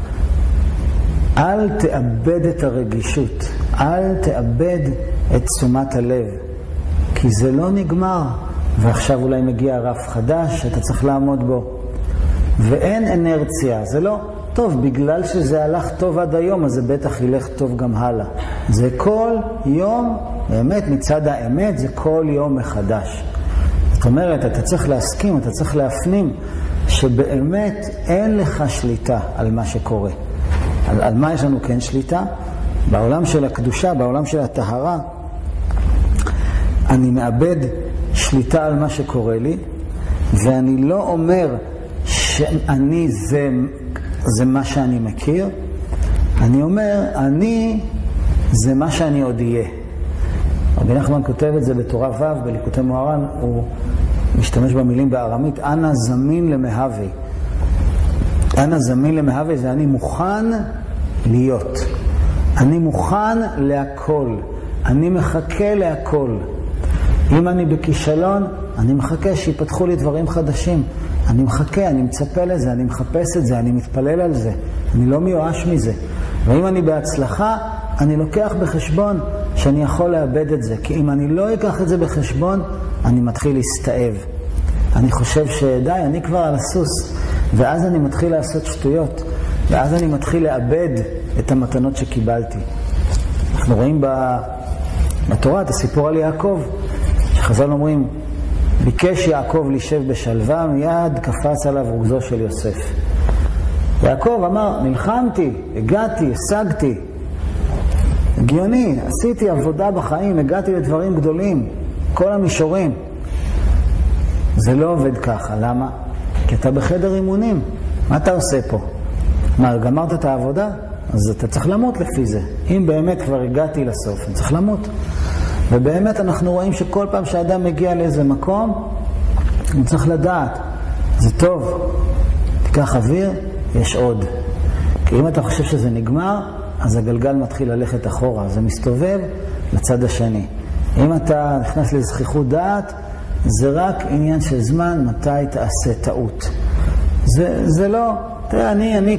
אל תאבד את הרגישות, אל תאבד את תשומת הלב, כי זה לא נגמר, ועכשיו אולי מגיע רף חדש שאתה צריך לעמוד בו. ואין אנרציה, זה לא טוב, בגלל שזה הלך טוב עד היום, אז זה בטח ילך טוב גם הלאה. זה כל יום, באמת מצד האמת, זה כל יום מחדש. זאת אומרת, אתה צריך להסכים, אתה צריך להפנים, שבאמת אין לך שליטה על מה שקורה. על מה יש לנו כן שליטה? בעולם של הקדושה, בעולם של הטהרה, אני מאבד שליטה על מה שקורה לי, ואני לא אומר שאני זה מה שאני מכיר, אני אומר, אני זה מה שאני עוד אהיה. רבי נחמן כותב את זה בתורה ו' בליקוטי מוהר"ן, הוא משתמש במילים בארמית, אנא זמין למהווה. אנא זמין למהווה זה אני מוכן להיות. אני מוכן להכל. אני מחכה להכל. אם אני בכישלון, אני מחכה שיפתחו לי דברים חדשים. אני מחכה, אני מצפה לזה, אני מחפש את זה, אני מתפלל על זה. אני לא מיואש מזה. ואם אני בהצלחה, אני לוקח בחשבון שאני יכול לאבד את זה. כי אם אני לא אקח את זה בחשבון, אני מתחיל להסתאב. אני חושב שדי, אני כבר על הסוס. ואז אני מתחיל לעשות שטויות. ואז אני מתחיל לאבד את המתנות שקיבלתי. אנחנו רואים בתורה את הסיפור על יעקב. שחז"ל אומרים, ביקש יעקב לישב בשלווה, מיד קפץ עליו רוגזו של יוסף. יעקב אמר, נלחמתי, הגעתי, השגתי. הגיוני, עשיתי עבודה בחיים, הגעתי לדברים גדולים, כל המישורים. זה לא עובד ככה, למה? כי אתה בחדר אימונים. מה אתה עושה פה? מה, גמרת את העבודה? אז אתה צריך למות לפי זה. אם באמת כבר הגעתי לסוף, אני צריך למות. ובאמת אנחנו רואים שכל פעם שהאדם מגיע לאיזה מקום, הוא צריך לדעת, זה טוב, תיקח אוויר, יש עוד. כי אם אתה חושב שזה נגמר, אז הגלגל מתחיל ללכת אחורה, זה מסתובב לצד השני. אם אתה נכנס לזכיחות דעת, זה רק עניין של זמן מתי תעשה טעות. זה לא, תראה, אני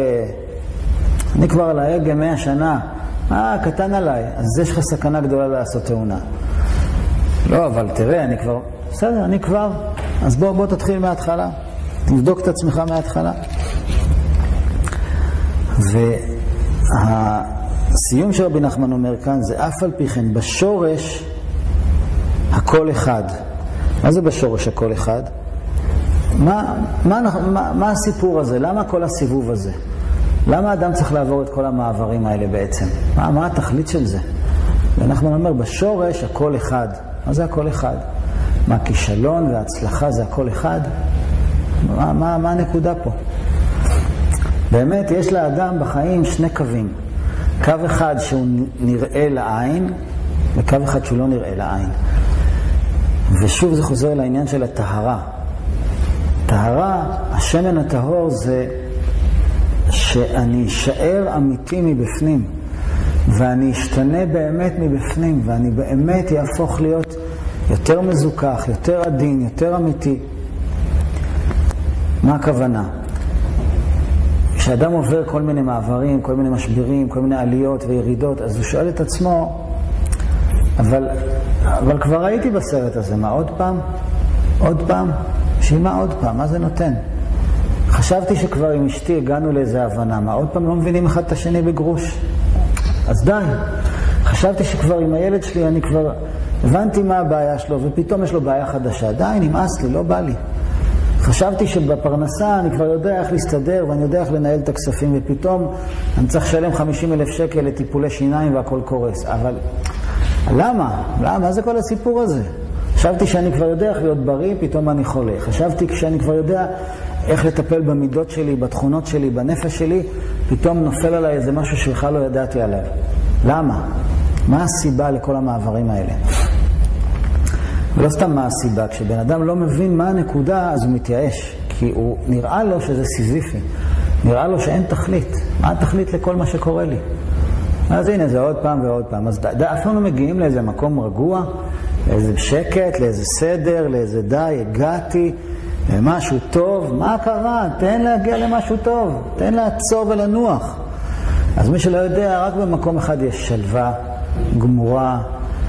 כבר על ההגה 100 שנה, קטן עליי, אז יש לך סכנה גדולה לעשות תאונה. לא, אבל תראה, אני כבר, בסדר, אני כבר, אז בוא תתחיל מההתחלה, תבדוק את עצמך מההתחלה. והסיום שרבי נחמן אומר כאן, זה אף על פי כן, בשורש הכל אחד. מה זה בשורש הכל אחד? מה הסיפור הזה? למה כל הסיבוב הזה? למה האדם צריך לעבור את כל המעברים האלה בעצם? מה התכלית של זה? ואנחנו אומר, בשורש הכל אחד. מה זה הכל אחד? מה הכישלון וההצלחה זה הכל אחד? מה הנקודה פה? באמת יש לאדם בחיים שני קווים. קו אחד שהוא נראה לעין, וקו אחד שהוא לא נראה לעין. ושוב זה חוזר לעניין של הטהרה. טהרה, השמן הטהור זה שאני אשאר אמיתי מבפנים, ואני אשתנה באמת מבפנים, ואני באמת יהפוך להיות יותר מזוכח, יותר עדין, יותר אמיתי. מה הכוונה? כשאדם עובר כל מיני מעברים, כל מיני משברים, כל מיני עליות וירידות, אז הוא שואל את עצמו, אבל כבר הייתי בסרט הזה, מה עוד פעם? עוד פעם? שמה עוד פעם? מה זה נותן? חשבתי שכבר עם אשתי הגענו לאיזה הבנה. מה, עוד פעם לא מבינים אחד את השני בגרוש? אז די. חשבתי שכבר עם הילד שלי אני כבר הבנתי מה הבעיה שלו, ופתאום יש לו בעיה חדשה. די, נמאס לי, לא בא לי. חשבתי שבפרנסה אני כבר יודע איך להסתדר, ואני יודע איך לנהל את הכספים, ופתאום אני צריך לשלם 50,000 שקל לטיפולי שיניים והכל קורס. אבל למה? מה זה כל הסיפור הזה? חשבתי שאני כבר יודע איך להיות בריא, פתאום אני חולה. חשבתי כשאני כבר יודע איך לטפל במידות שלי, בתכונות שלי, בנפש שלי, פתאום נופל עליי איזה משהו שבכלל לא ידעתי עליו. למה? מה הסיבה לכל המעברים האלה? ולא סתם מה הסיבה, כשבן אדם לא מבין מה הנקודה, אז הוא מתייאש, כי הוא נראה לו שזה סיזיפי, נראה לו שאין תכלית. מה התכלית לכל מה שקורה לי? אז הנה, זה עוד פעם ועוד פעם. אז אף לא מגיעים לאיזה מקום רגוע, לאיזה שקט, לאיזה סדר, לאיזה די, הגעתי, משהו טוב. מה קרה? תן להגיע למשהו טוב, תן לעצור ולנוח. אז מי שלא יודע, רק במקום אחד יש שלווה, גמורה,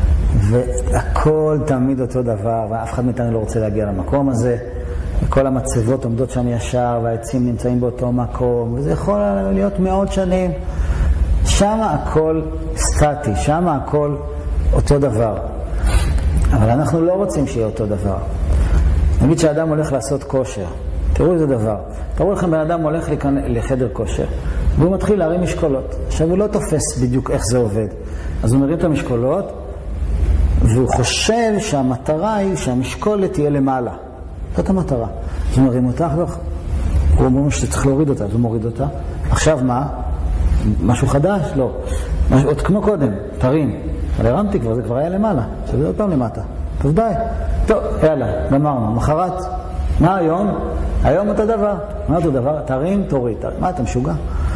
והכל תמיד אותו דבר, ואף אחד מאיתנו לא רוצה להגיע למקום הזה, וכל המצבות עומדות שם ישר, והעצים נמצאים באותו מקום, וזה יכול להיות מאות שנים. שם הכל סטטי, שם הכל אותו דבר. אבל אנחנו לא רוצים שיהיה אותו דבר. נגיד שהאדם הולך לעשות כושר, תראו איזה דבר. תראו לכם, בן אדם הולך לחדר כושר, והוא מתחיל להרים משקולות. עכשיו הוא לא תופס בדיוק איך זה עובד. אז הוא מרים את המשקולות, והוא חושב שהמטרה היא שהמשקולת תהיה למעלה. זאת המטרה. אז הוא מרים אותה, הוא אומר שצריך להוריד אותה, אז הוא מוריד אותה. עכשיו מה? משהו חדש? לא. עוד כמו קודם, תרים. אבל הרמתי כבר, זה כבר היה למעלה. עכשיו זה עוד פעם למטה. טוב די. טוב, יאללה, גמרנו. מחרת, מה היום? היום אותו דבר. מה אותו דבר? תרים, תוריד. מה, אתה משוגע?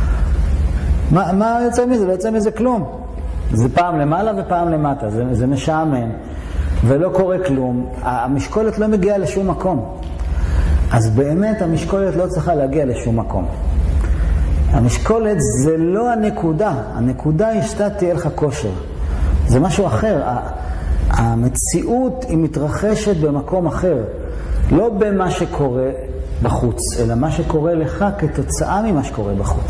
מה יוצא מזה? לא יוצא מזה כלום. זה פעם למעלה ופעם למטה. זה משעמם. ולא קורה כלום. המשקולת לא מגיעה לשום מקום. אז באמת המשקולת לא צריכה להגיע לשום מקום. המשקולת זה לא הנקודה. הנקודה היא שאתה תהיה לך כושר. זה משהו אחר. המציאות היא מתרחשת במקום אחר. לא במה שקורה בחוץ, אלא מה שקורה לך כתוצאה ממה שקורה בחוץ.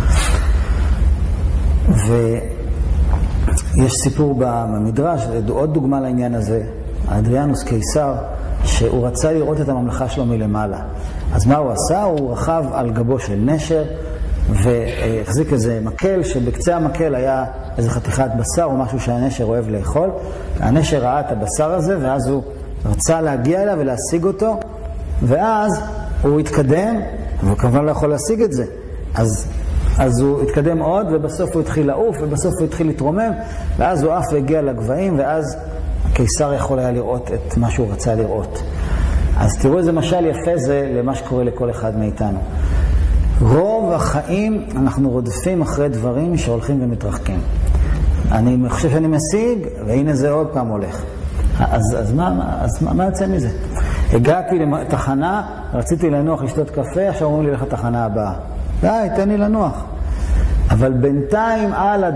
ויש סיפור במדרש, עוד דוגמה לעניין הזה. אדריאנוס קיסר, שהוא רצה לראות את הממלכה שלו מלמעלה. אז מה הוא עשה? הוא רכב על גבו של נשר, והחזיק איזה מקל, שבקצה המקל היה איזה חתיכת בשר או משהו שהנשר אוהב לאכול. הנשר ראה את הבשר הזה, ואז הוא רצה להגיע אליו ולהשיג אותו, ואז הוא התקדם, אבל כמובן לא יכול להשיג את זה. אז הוא התקדם עוד, ובסוף הוא התחיל לעוף, ובסוף הוא התחיל להתרומם, ואז הוא עף והגיע לגבהים, ואז הקיסר יכול היה לראות את מה שהוא רצה לראות. אז תראו איזה משל יפה זה למה שקורה לכל אחד מאיתנו. רוב החיים אנחנו רודפים אחרי דברים שהולכים ומתרחקים. אני חושב שאני משיג, והנה זה עוד פעם הולך. אז מה יוצא מזה? הגעתי לתחנה, רציתי לנוח לשתות קפה, עכשיו אומרים לי לך תחנה הבאה. די, תן לי לנוח. אבל בינתיים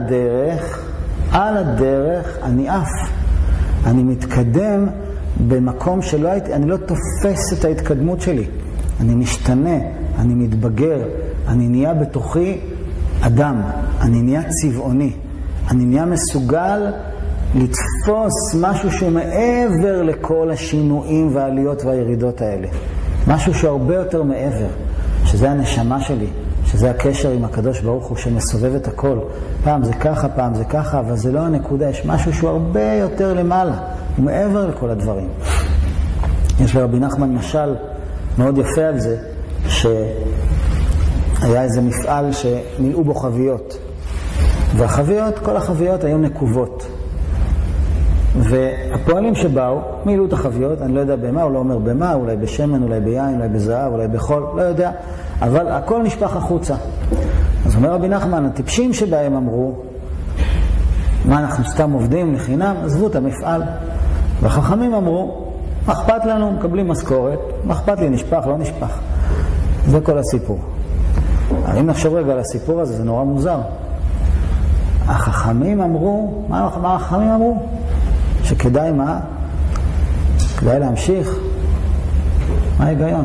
על הדרך אני עף. אני מתקדם במקום שלא הייתי, אני לא תופס את ההתקדמות שלי. אני משתנה, אני מתבגר, אני נהיה בתוכי אדם, אני נהיה צבעוני, אני נהיה מסוגל לתפוס משהו שהוא מעבר לכל השינויים והעליות והירידות האלה. משהו שהרבה יותר מעבר, שזה הנשמה שלי, שזה הקשר עם הקדוש ברוך הוא שמסובב את הכל. פעם זה ככה, פעם זה ככה, אבל זה לא הנקודה, יש משהו שהוא הרבה יותר למעלה, הוא מעבר לכל הדברים. יש לרבי נחמן משל מאוד יפה על זה, שהיה איזה מפעל שמילאו בו חביות, והחביות, כל החביות היו נקובות, והפועלים שבאו מילאו את החביות, אני לא יודע במה, הוא לא אומר במה, אולי בשמן, אולי ביין, אולי בזהב, אולי בחול, לא יודע, אבל הכל נשפך החוצה. אז אומר רבי נחמן, הטיפשים שבהם אמרו, מה, אנחנו סתם עובדים לחינם? עזבו את המפעל. והחכמים אמרו, מה אכפת לנו? מקבלים משכורת, מה אכפת לי? נשפך, לא נשפך. זה כל הסיפור. אבל אם נחשוב רגע על הסיפור הזה, זה נורא מוזר. החכמים אמרו, מה החכמים אמרו? שכדאי מה? כדאי להמשיך. מה ההיגיון?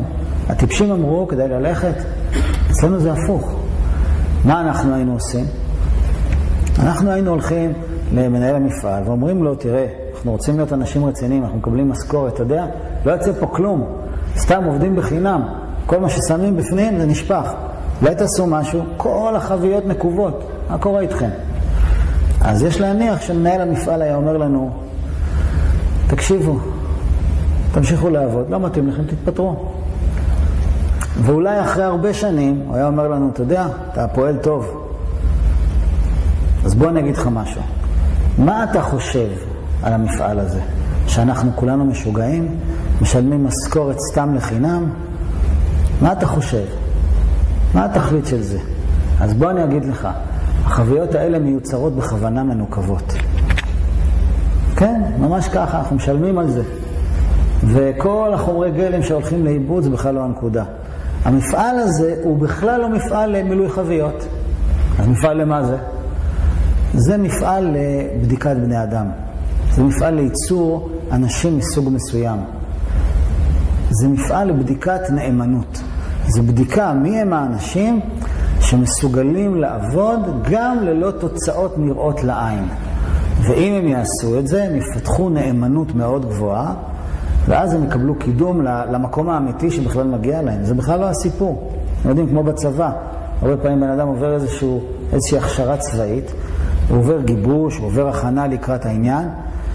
הטיפשים אמרו, כדי ללכת, אצלנו זה הפוך. מה אנחנו היינו עושים? אנחנו היינו הולכים למנהל המפעל ואומרים לו, תראה, אנחנו רוצים להיות אנשים רציניים, אנחנו מקבלים משכורת, אתה יודע, לא יוצא פה כלום, סתם עובדים בחינם, כל מה ששמים בפנים זה נשפח. אולי תעשו משהו, כל החביות נקובות, מה קורה איתכם? אז יש להניח שמנהל המפעל היה אומר לנו, תקשיבו, תמשיכו לעבוד, לא מתאים לכם, תתפטרו. ואולי אחרי הרבה שנים הוא היה אומר לנו, אתה יודע, אתה פועל טוב. אז בוא אני אגיד לך משהו. מה אתה חושב על המפעל הזה? שאנחנו כולנו משוגעים, משלמים משכורת סתם לחינם? מה אתה חושב? מה התכלית של זה? אז בוא אני אגיד לך, החביות האלה מיוצרות בכוונה מנוקבות. כן, ממש ככה, אנחנו משלמים על זה. וכל החומרי גלם שהולכים לאיבוד זה בכלל לא הנקודה. המפעל הזה הוא בכלל לא מפעל למילוי חביות. אז מפעל למה זה? זה מפעל לבדיקת בני אדם. זה מפעל לייצור אנשים מסוג מסוים. זה מפעל לבדיקת נאמנות. זה בדיקה מי הם האנשים שמסוגלים לעבוד גם ללא תוצאות נראות לעין. ואם הם יעשו את זה, הם יפתחו נאמנות מאוד גבוהה, ואז הם יקבלו קידום למקום האמיתי שבכלל מגיע להם. זה בכלל לא הסיפור. אתם יודעים, כמו בצבא, הרבה פעמים בן אדם עובר איזושהי הכשרה צבאית, הוא עובר גיבוש, הוא עובר הכנה לקראת העניין,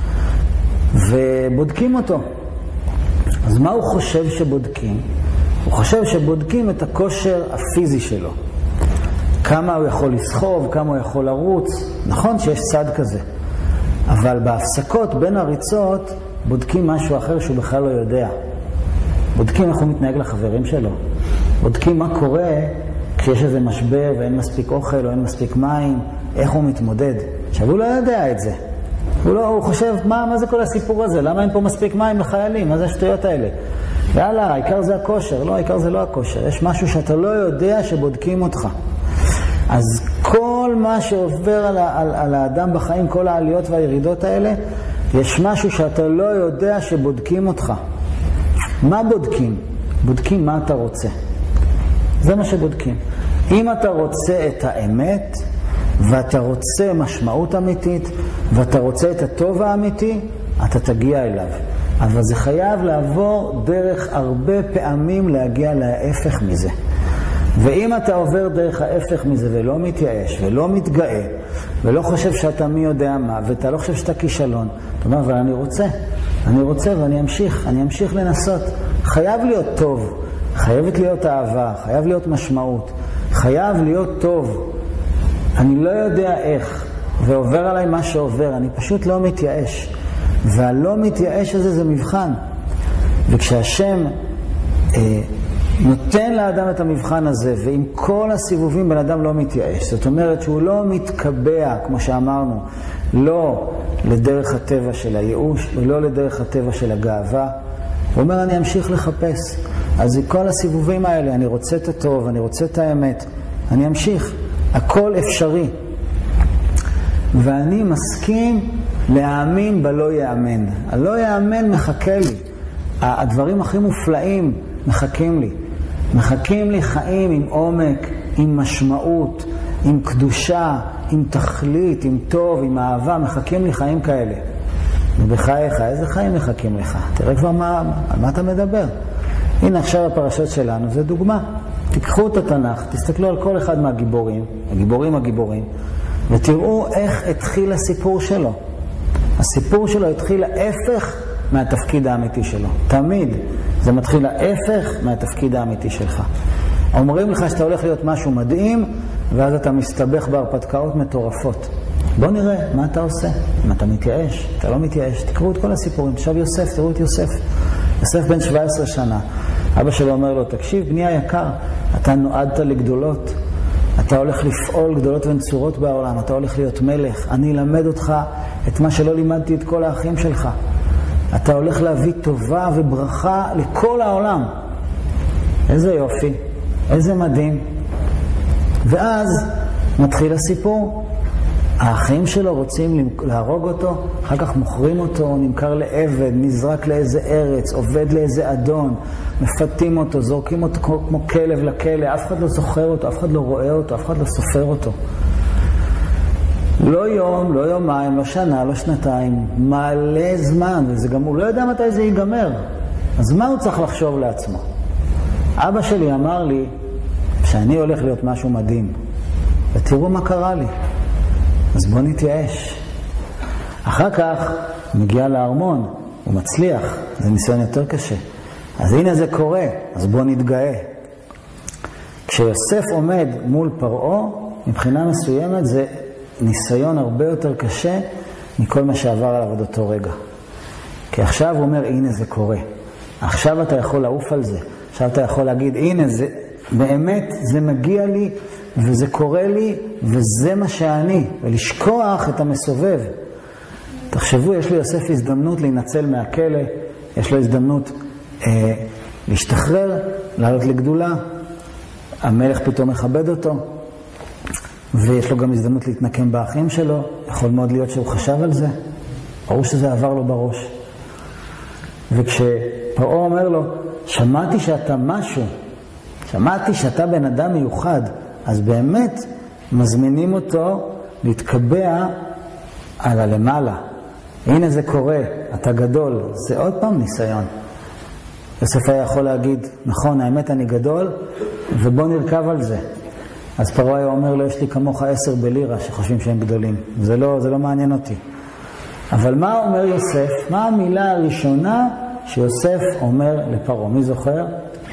ובודקים אותו. אז מה הוא חושב שבודקים? הוא חושב שבודקים את הכושר הפיזי שלו. כמה הוא יכול לסחוב, כמה הוא יכול לרוץ. נכון שיש צד כזה. אבל בהפסקות בין הריצות בודקים משהו אחר שהוא בכלל לא יודע. בודקים איך הוא מתנהג לחברים שלו. בודקים מה קורה כשיש איזה משבר ואין מספיק אוכל או אין מספיק מים, איך הוא מתמודד. עכשיו הוא לא יודע את זה. הוא חושב, מה זה כל הסיפור הזה? למה אין פה מספיק מים לחיילים? מה זה השטויות האלה? יאללה, העיקר זה הכושר. לא, העיקר זה לא הכושר. יש משהו שאתה לא יודע שבודקים אותך. אז כל מה שעובר על האדם בחיים, כל העליות והירידות האלה, יש משהו שאתה לא יודע שבודקים אותך. מה בודקים? בודקים מה אתה רוצה. זה מה שבודקים. אם אתה רוצה את האמת, ואתה רוצה משמעות אמיתית, ואתה רוצה את הטוב האמיתי, אתה תגיע אליו. אבל זה חייב לעבור דרך הרבה פעמים להגיע להפך מזה. ואם אתה עובר דרך ההפך מזה ולא מתייאש ולא מתגאה ולא חושב שאתה מי יודע מה ואתה לא חושב שאתה כישלון, אתה אומר, אבל אני רוצה ואני אמשיך לנסות. חייב להיות טוב, חייבת להיות אהבה, חייב להיות משמעות, חייב להיות טוב. אני לא יודע איך ועובר עליי מה שעובר, אני פשוט לא מתייאש. והלא מתייאש הזה זה מבחן. וכשהשם נותן לאדם את המבחן הזה, ועם כל הסיבובים בן אדם לא מתייאש. זאת אומרת שהוא לא מתקבע, כמו שאמרנו, לא לדרך הטבע של הייאוש, ולא לדרך הטבע של הגאווה. הוא אומר, אני אמשיך לחפש. אז כל הסיבובים האלה, אני רוצה את הטוב, אני רוצה את האמת, אני אמשיך. הכל אפשרי. ואני מסכים להאמין בלא יאמן. הלא יאמן מחכה לי. הדברים הכי מופלאים מחכים לי. מחכים לי חיים עם עומק, עם משמעות, עם קדושה, עם תכלית, עם טוב, עם אהבה. מחכים לי חיים כאלה. ובחייך, איזה חיים מחכים לך? תראה כבר על מה אתה מדבר. הנה עכשיו הפרשות שלנו, זה דוגמה. תיקחו את התנ"ך, תסתכלו על כל אחד מהגיבורים, הגיבורים, ותראו איך התחיל הסיפור שלו. הסיפור שלו התחיל ההפך מהתפקיד האמיתי שלו. תמיד זה מתחיל ההפך מהתפקיד האמיתי שלך. אומרים לך שאתה הולך להיות משהו מדהים, ואז אתה מסתבך בהרפתקאות מטורפות. בוא נראה מה אתה עושה. אם אתה מתייאש, אתה לא מתייאש. תקראו את כל הסיפורים. עכשיו יוסף, תראו את יוסף. יוסף בן 17 שנה. אבא שלו אומר לו, תקשיב, בני היקר, אתה נועדת לגדולות. אתה הולך לפעול גדולות ונצורות בעולם. אתה הולך להיות מלך. אני אלמד אותך את מה שלא לימדתי את כל האחים שלך. אתה הולך להביא טובה וברכה לכל העולם. איזה יופי. איזה מדהים. ואז מתחיל הסיפור. האחים שלו רוצים להרוג אותו, אחר כך מוכרים אותו, נמכר לעבד, נזרק לאיזה ארץ, עובד לאיזה אדון, מפתים אותו, זורקים אותו כמו כלב לכלא, אף אחד לא זוכר אותו, אף אחד לא רואה אותו, אף אחד לא סופר אותו. לא יום, לא יומיים, לא שנה, לא שנתיים, מלא זמן, וזה גם, הוא לא יודע מתי זה ייגמר. אז מה הוא צריך לחשוב לעצמו? אבא שלי אמר לי שאני הולך להיות משהו מדהים, ותראו מה קרה לי. אז בוא נתייאש. אחר כך מגיע לארמון, הוא מצליח, זה ניסיון יותר קשה. אז הנה זה קורה, אז בוא נתגאה. כשיוסף עומד מול פרעה, מבחינה מסוימת זה ניסיון הרבה יותר קשה מכל מה שעבר עליו עד אותו רגע. כי עכשיו הוא אומר, הנה זה קורה. עכשיו אתה יכול לעוף על זה. עכשיו אתה יכול להגיד, הנה זה, באמת זה מגיע לי, וזה קורה לי, וזה מה שאני. ולשכוח את המסובב. תחשבו, יש ליוסף הזדמנות להינצל מהכלא, יש לו הזדמנות להשתחרר, לעלות לגדולה. המלך פתאום מכבד אותו. ויש לו גם הזדמנות להתנקם באחים שלו, יכול מאוד להיות שהוא חשב על זה, ברור שזה עבר לו בראש. וכשפרעה אומר לו, שמעתי שאתה משהו, שמעתי שאתה בן אדם מיוחד, אז באמת מזמינים אותו להתקבע על הלמעלה. הנה זה קורה, אתה גדול, זה עוד פעם ניסיון. יוסף היה יכול להגיד, נכון, האמת אני גדול, ובוא נרכב על זה. אז פרעה היה אומר לו, יש לי כמוך 10 בלירה שחושבים שהם גדולים. זה לא מעניין אותי. אבל מה אומר יוסף? מה המילה הראשונה שיוסף אומר לפרעה? מי זוכר?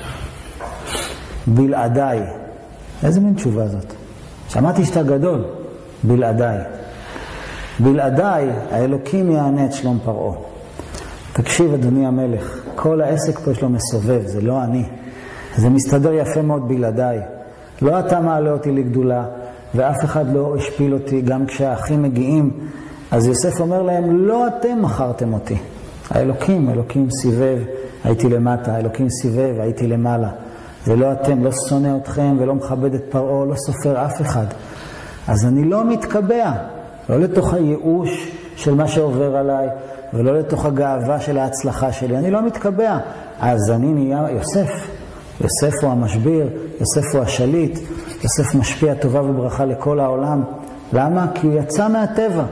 בלעדיי. איזה מין תשובה זאת? שמעתי שאתה גדול. בלעדיי. בלעדיי, האלוקים יענה את שלום פרעה. תקשיב אדוני המלך, כל העסק פה יש לו מסובב, זה לא אני. זה מסתדר יפה מאוד בלעדיי. לא אתה מעלה אותי לגדולה, ואף אחד לא השפיל אותי, גם כשהאחים מגיעים. אז יוסף אומר להם, לא אתם מכרתם אותי. האלוקים סיבב, הייתי למטה, האלוקים סיבב, הייתי למעלה. זה לא אתם, לא שונא אתכם ולא מכבד את פרעה, לא סופר אף אחד. אז אני לא מתקבע, לא לתוך הייאוש של מה שעובר עליי, ולא לתוך הגאווה של ההצלחה שלי. אני לא מתקבע. אז אני נהיה יוסף. יוסף הוא המשביר, יוסף הוא השליט, יוסף משפיע טובה וברכה לכל העולם. למה? כי הוא יצא מהטבע.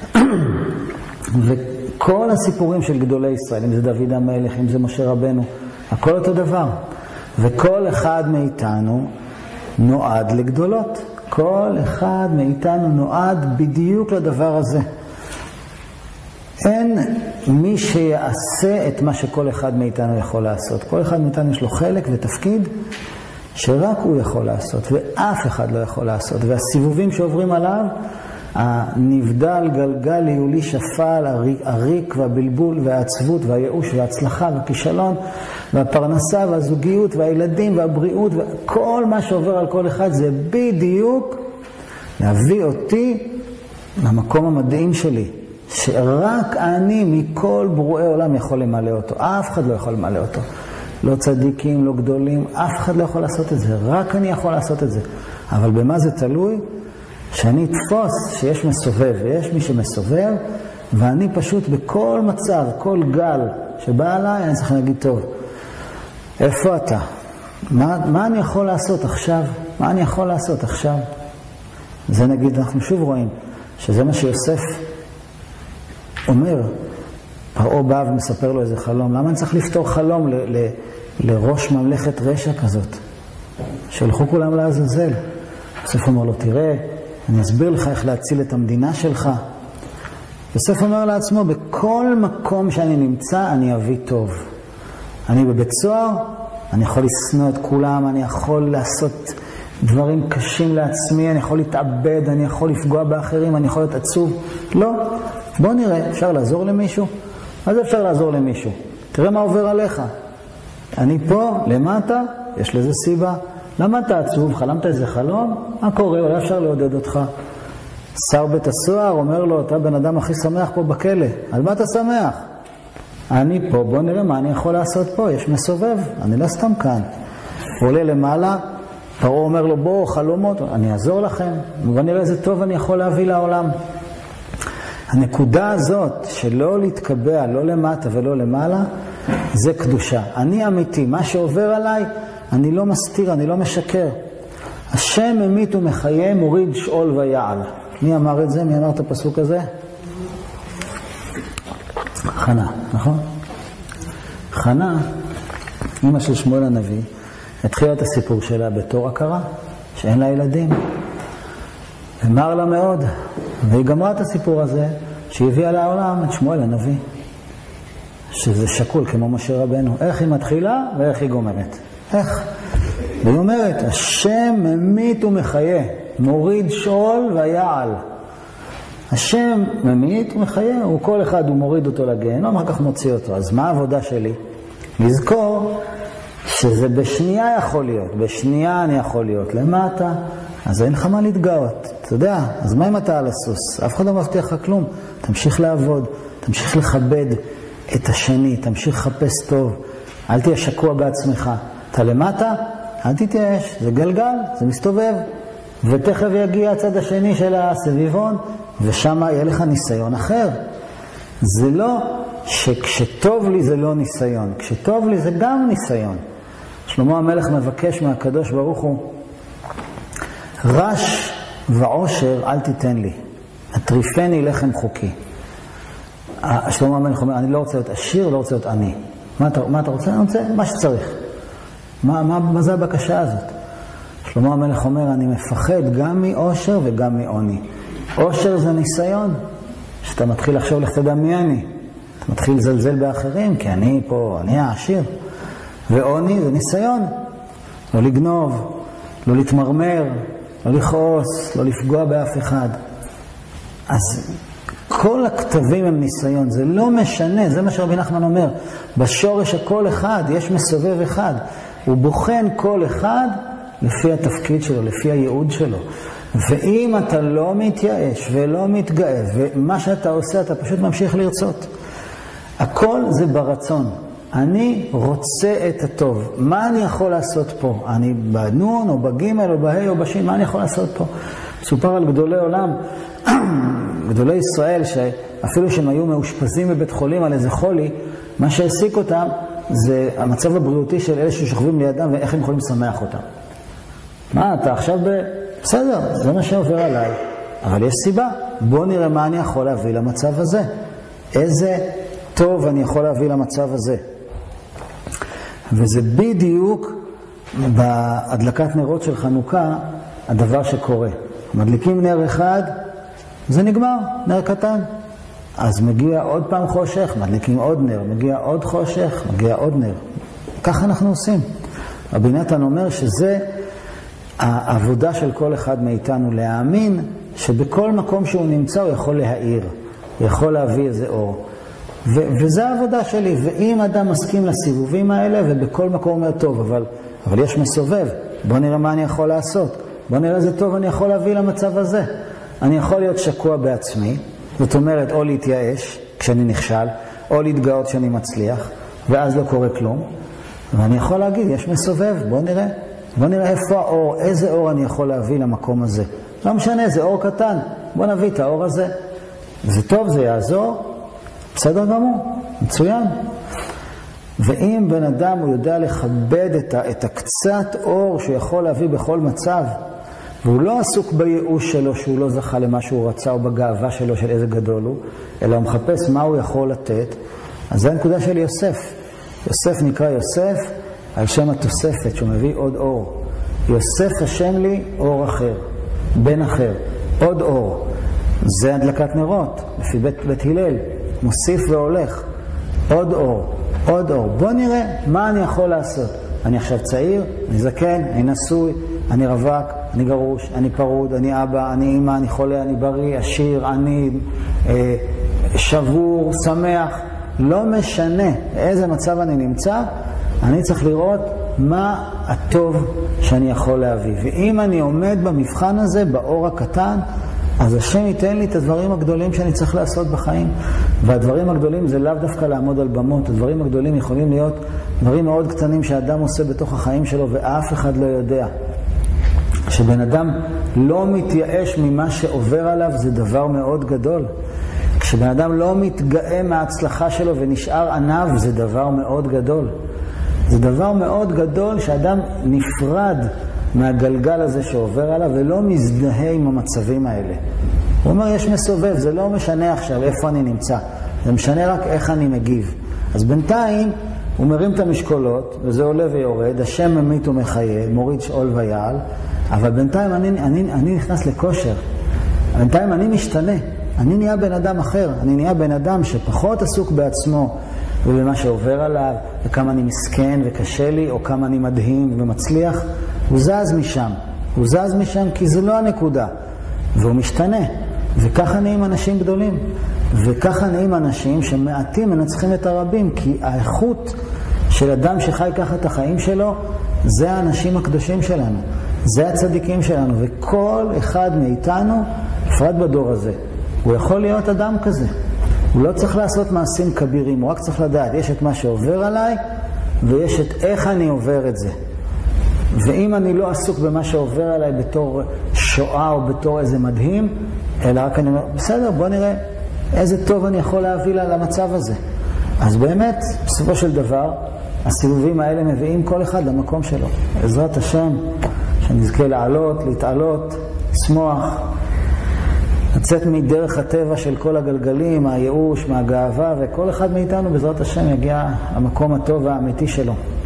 וכל הסיפורים של גדולי ישראל, אם זה דוד המלך, אם זה משה רבנו, הכל אותו דבר. וכל אחד מאיתנו נועד לגדולות. כל אחד מאיתנו נועד בדיוק לדבר הזה. אין מי שיעשה את מה שכל אחד מאיתנו יכול לעשות. כל אחד מאיתנו יש לו חלק ותפקיד שרק הוא יכול לעשות, ואף אחד לא יכול לעשות. והסיבובים שעוברים עליו, הנבדל, גלגל, ליולי, שפל, הריק והבלבול והעצבות והייאוש וההצלחה והכישלון והפרנסה והזוגיות והילדים והבריאות וכל מה שעובר על כל אחד זה בדיוק להביא אותי למקום המדהים שלי. שרק אני מכל ברואי עולם יכול למלא אותו. אף אחד לא יכול למלא אותו. לא צדיקים, לא גדולים, אף אחד לא יכול לעשות את זה. רק אני יכול לעשות את זה. אבל במה זה תלוי? שאני אתפוס שיש מסובב, ויש מי שמסובב, ואני פשוט בכל מצב, כל גל שבא עליי, אני צריך להגיד, טוב, איפה אתה? מה אני יכול לעשות עכשיו? מה אני יכול לעשות עכשיו? זה נגיד, אנחנו שוב רואים, שזה מה שיוסף אומר, פרעה בא ומספר לו איזה חלום. למה אני צריך לפתור חלום לראש ממלכת רשע כזאת? שהלכו כולם לעזאזל. יוסף אומר לו, תראה, אני אסביר לך איך להציל את המדינה שלך. יוסף אומר לעצמו, בכל מקום שאני נמצא, אני אביא טוב. אני בבית סוהר, אני יכול לסנוע את כולם, אני יכול לעשות דברים קשים לעצמי, אני יכול להתאבד, אני יכול לפגוע באחרים, אני יכול להיות עצוב. לא. בוא נראה, אפשר לעזור למישהו? אז אפשר לעזור למישהו. תראה מה עובר עליך. אני פה, למטה, יש לזה סיבה. למה אתה עצוב? חלמת איזה חלום? מה קורה? אולי אפשר לעודד אותך. שר בית הסוהר אומר לו, אתה בן אדם הכי שמח פה בכלא. על מה אתה שמח? אני פה, בוא נראה מה אני יכול לעשות פה. יש מסובב, אני לא סתם כאן. הוא עולה למעלה, פרעה אומר לו, בוא, חלומות, אני אעזור לכם, ונראה איזה טוב אני יכול להביא לעולם. הנקודה הזאת שלא להתקבע, לא למטה ולא למעלה, זה קדושה. אני אמיתי, מה שעובר עליי, אני לא מסתיר, אני לא משקר. השם ממית ומחיה, מוריד שאול ויעל. מי אמר את זה? מי אמר את הפסוק הזה? חנה, נכון? חנה, אמא של שמואל הנביא, התחילה את הסיפור שלה בתור הכרה, שאין לה ילדים. ומר לה מאוד, והיא גמרה את הסיפור הזה, שהיא הביאה לעולם את שמואל הנביא, שזה שקול כמו משה רבנו. איך היא מתחילה ואיך היא גומרת. איך? והיא אומרת, השם ממית ומחיה, מוריד שאול ויעל. השם ממית ומחיה, הוא כל אחד הוא מוריד אותו לגיהנום, אחר כך מוציא אותו. אז מה העבודה שלי? לזכור שזה בשנייה יכול להיות, בשנייה אני יכול להיות למטה, אז אין לך מה להתגאות, אתה יודע, אז מה אם אתה על הסוס? אף אחד לא מבטיח לך כלום, תמשיך לעבוד, תמשיך לכבד את השני, תמשיך לחפש טוב, אל תהיה שקוע בעצמך, אתה למטה, אל תתייאש, זה גלגל, זה מסתובב, ותכף יגיע הצד השני של הסביבון, ושם יהיה לך ניסיון אחר. זה לא שכשטוב לי זה לא ניסיון, כשטוב לי זה גם ניסיון. שלמה המלך מבקש מהקדוש ברוך הוא, רש ועושר אל תיתן לי, הטריפני לחם חוקי. שלמה המלך אומר, אני לא רוצה להיות עשיר, לא רוצה להיות עני. מה אתה רוצה? אני רוצה מה שצריך. מה זה הבקשה הזאת? שלמה המלך אומר, אני מפחד גם מעושר וגם מעוני. עושר זה ניסיון, שאתה מתחיל לחשוב לך תדע מי אני. אתה מתחיל לזלזל באחרים, כי אני פה, אני העשיר. ועוני זה ניסיון, לא לגנוב, לא להתמרמר, לא לכעוס, לא לפגוע באף אחד. אז כל הכתבים הם ניסיון, זה לא משנה, זה מה שרבי נחמן אומר. בשורש הכל אחד, יש מסובב אחד. הוא בוחן כל אחד לפי התפקיד שלו, לפי הייעוד שלו. ואם אתה לא מתייאש ולא מתגאה, ומה שאתה עושה אתה פשוט ממשיך לרצות. הכל זה ברצון. אני רוצה את הטוב. מה אני יכול לעשות פה? אני בנון או בגימל או בהי או בשין, מה אני יכול לעשות פה? מסופר על גדולי עולם, גדולי ישראל, שאפילו שהם היו מאושפזים בבית חולים על איזה חולי, מה שהעסיק אותם זה המצב הבריאותי של אלה ששוכבים לידם ואיך הם יכולים לשמח אותם. מה, אתה עכשיו בסדר, זה מה שעובר עליי. אבל יש סיבה. בוא נראה מה אני יכול להביא למצב הזה. איזה טוב אני יכול להביא למצב הזה. וזה בדיוק בהדלקת נרות של חנוכה הדבר שקורה. מדליקים נר אחד, זה נגמר, נר קטן. אז מגיע עוד פעם חושך, מדליקים עוד נר, מגיע עוד חושך, מגיע עוד נר. ככה אנחנו עושים. רבי נתן אומר שזה העבודה של כל אחד מאיתנו, להאמין שבכל מקום שהוא נמצא הוא יכול להאיר, הוא יכול להביא איזה אור. וזה העבודה שלי. ואם אדם מסכים לסיבובים האלה, ובכל מקום אומר, טוב, אבל יש מסובב, בוא נראה מה אני יכול לעשות. בוא נראה איזה טוב אני יכול להביא למצב הזה. אני יכול להיות שקוע בעצמי, זאת אומרת, או להתייאש כשאני נכשל, או להתגאות כשאני מצליח, ואז לא קורה כלום. ואני יכול להגיד, יש מסובב, בוא נראה איפה האור, איזה אור אני יכול להביא למקום הזה. לא משנה, זה אור קטן, בוא נביא את האור הזה. זה טוב, זה יעזור, בסדר גמור, מצוין. ואם בן אדם הוא יודע לכבד את הקצת אור שהוא יכול להביא בכל מצב, והוא לא עסוק בייאוש שלו שהוא לא זכה למה שהוא רצה, או בגאווה שלו של איזה גדול הוא, אלא הוא מחפש מה הוא יכול לתת, אז זה הנקודה של יוסף. יוסף נקרא יוסף על שם התוספת, שהוא מביא עוד אור. יוסף השם לי אור אחר, בן אחר, עוד אור. זה הדלקת נרות, לפי בית הלל, מוסיף והולך. עוד אור, עוד אור. בוא נראה מה אני יכול לעשות. אני עכשיו צעיר, אני זקן, אני נשוי, אני רווק, אני גרוש, אני פרוד, אני אבא, אני אמא, אני חולה, אני בריא, עשיר, אני שבור, שמח. לא משנה איזה מצב אני נמצא, אני צריך לראות מה הטוב שאני יכול להביא. ואם אני עומד במבחן הזה, באור הקטן, אז השם ייתן לי את הדברים הגדולים שאני צריך לעשות בחיים. והדברים הגדולים זה לאו דווקא לעמוד על במות. הדברים הגדולים יכולים להיות דברים מאוד קטנים שהאדם עושה בתוך החיים שלו ואף אחד לא יודע. כשבן אדם לא מתייאש ממה שעובר עליו, זה דבר מאוד גדול. כשבן אדם לא מתגאה מההצלחה שלו ונשאר עניו, זה דבר מאוד גדול. זה דבר מאוד גדול שאדם נפרד מהגלגל הזה שעובר עליו ולא מזדהה עם המצבים האלה. הוא אומר, יש מסובב, זה לא משנה עכשיו איפה אני נמצא, זה משנה רק איך אני מגיב. אז בינתיים הוא מרים את המשקולות, וזה עולה ויורד, השם ממית ומחיה, מוריד שאול ויעל, אבל בינתיים אני נכנס לכושר. בינתיים אני משתנה, אני נהיה בן אדם אחר, אני נהיה בן אדם שפחות עסוק בעצמו ובמה שעובר עליו, וכמה אני מסכן וקשה לי, או כמה אני מדהים ומצליח. הוא זז משם, הוא זז משם כי זה לא הנקודה, והוא משתנה. וככה נהיים אנשים גדולים, וככה נהיים אנשים שמעטים מנצחים את הרבים, כי האיכות של אדם שחי ככה את החיים שלו, זה האנשים הקדושים שלנו, זה הצדיקים שלנו, וכל אחד מאיתנו, בפרט בדור הזה, הוא יכול להיות אדם כזה. הוא לא צריך לעשות מעשים כבירים, הוא רק צריך לדעת, יש את מה שעובר עליי, ויש את איך אני עובר את זה. ואם אני לא עסוק במה שעובר עליי בתור שואה או בתור איזה מדהים, אלא רק אני אומר, בסדר, בוא נראה איזה טוב אני יכול להביא למצב הזה. אז באמת, בסופו של דבר, הסיבובים האלה מביאים כל אחד למקום שלו. בעזרת השם, שנזכה לעלות, להתעלות, לשמוח, לצאת מדרך הטבע של כל הגלגלים, הייאוש, מהגאווה, וכל אחד מאיתנו בעזרת השם יגיע המקום הטוב והאמיתי שלו.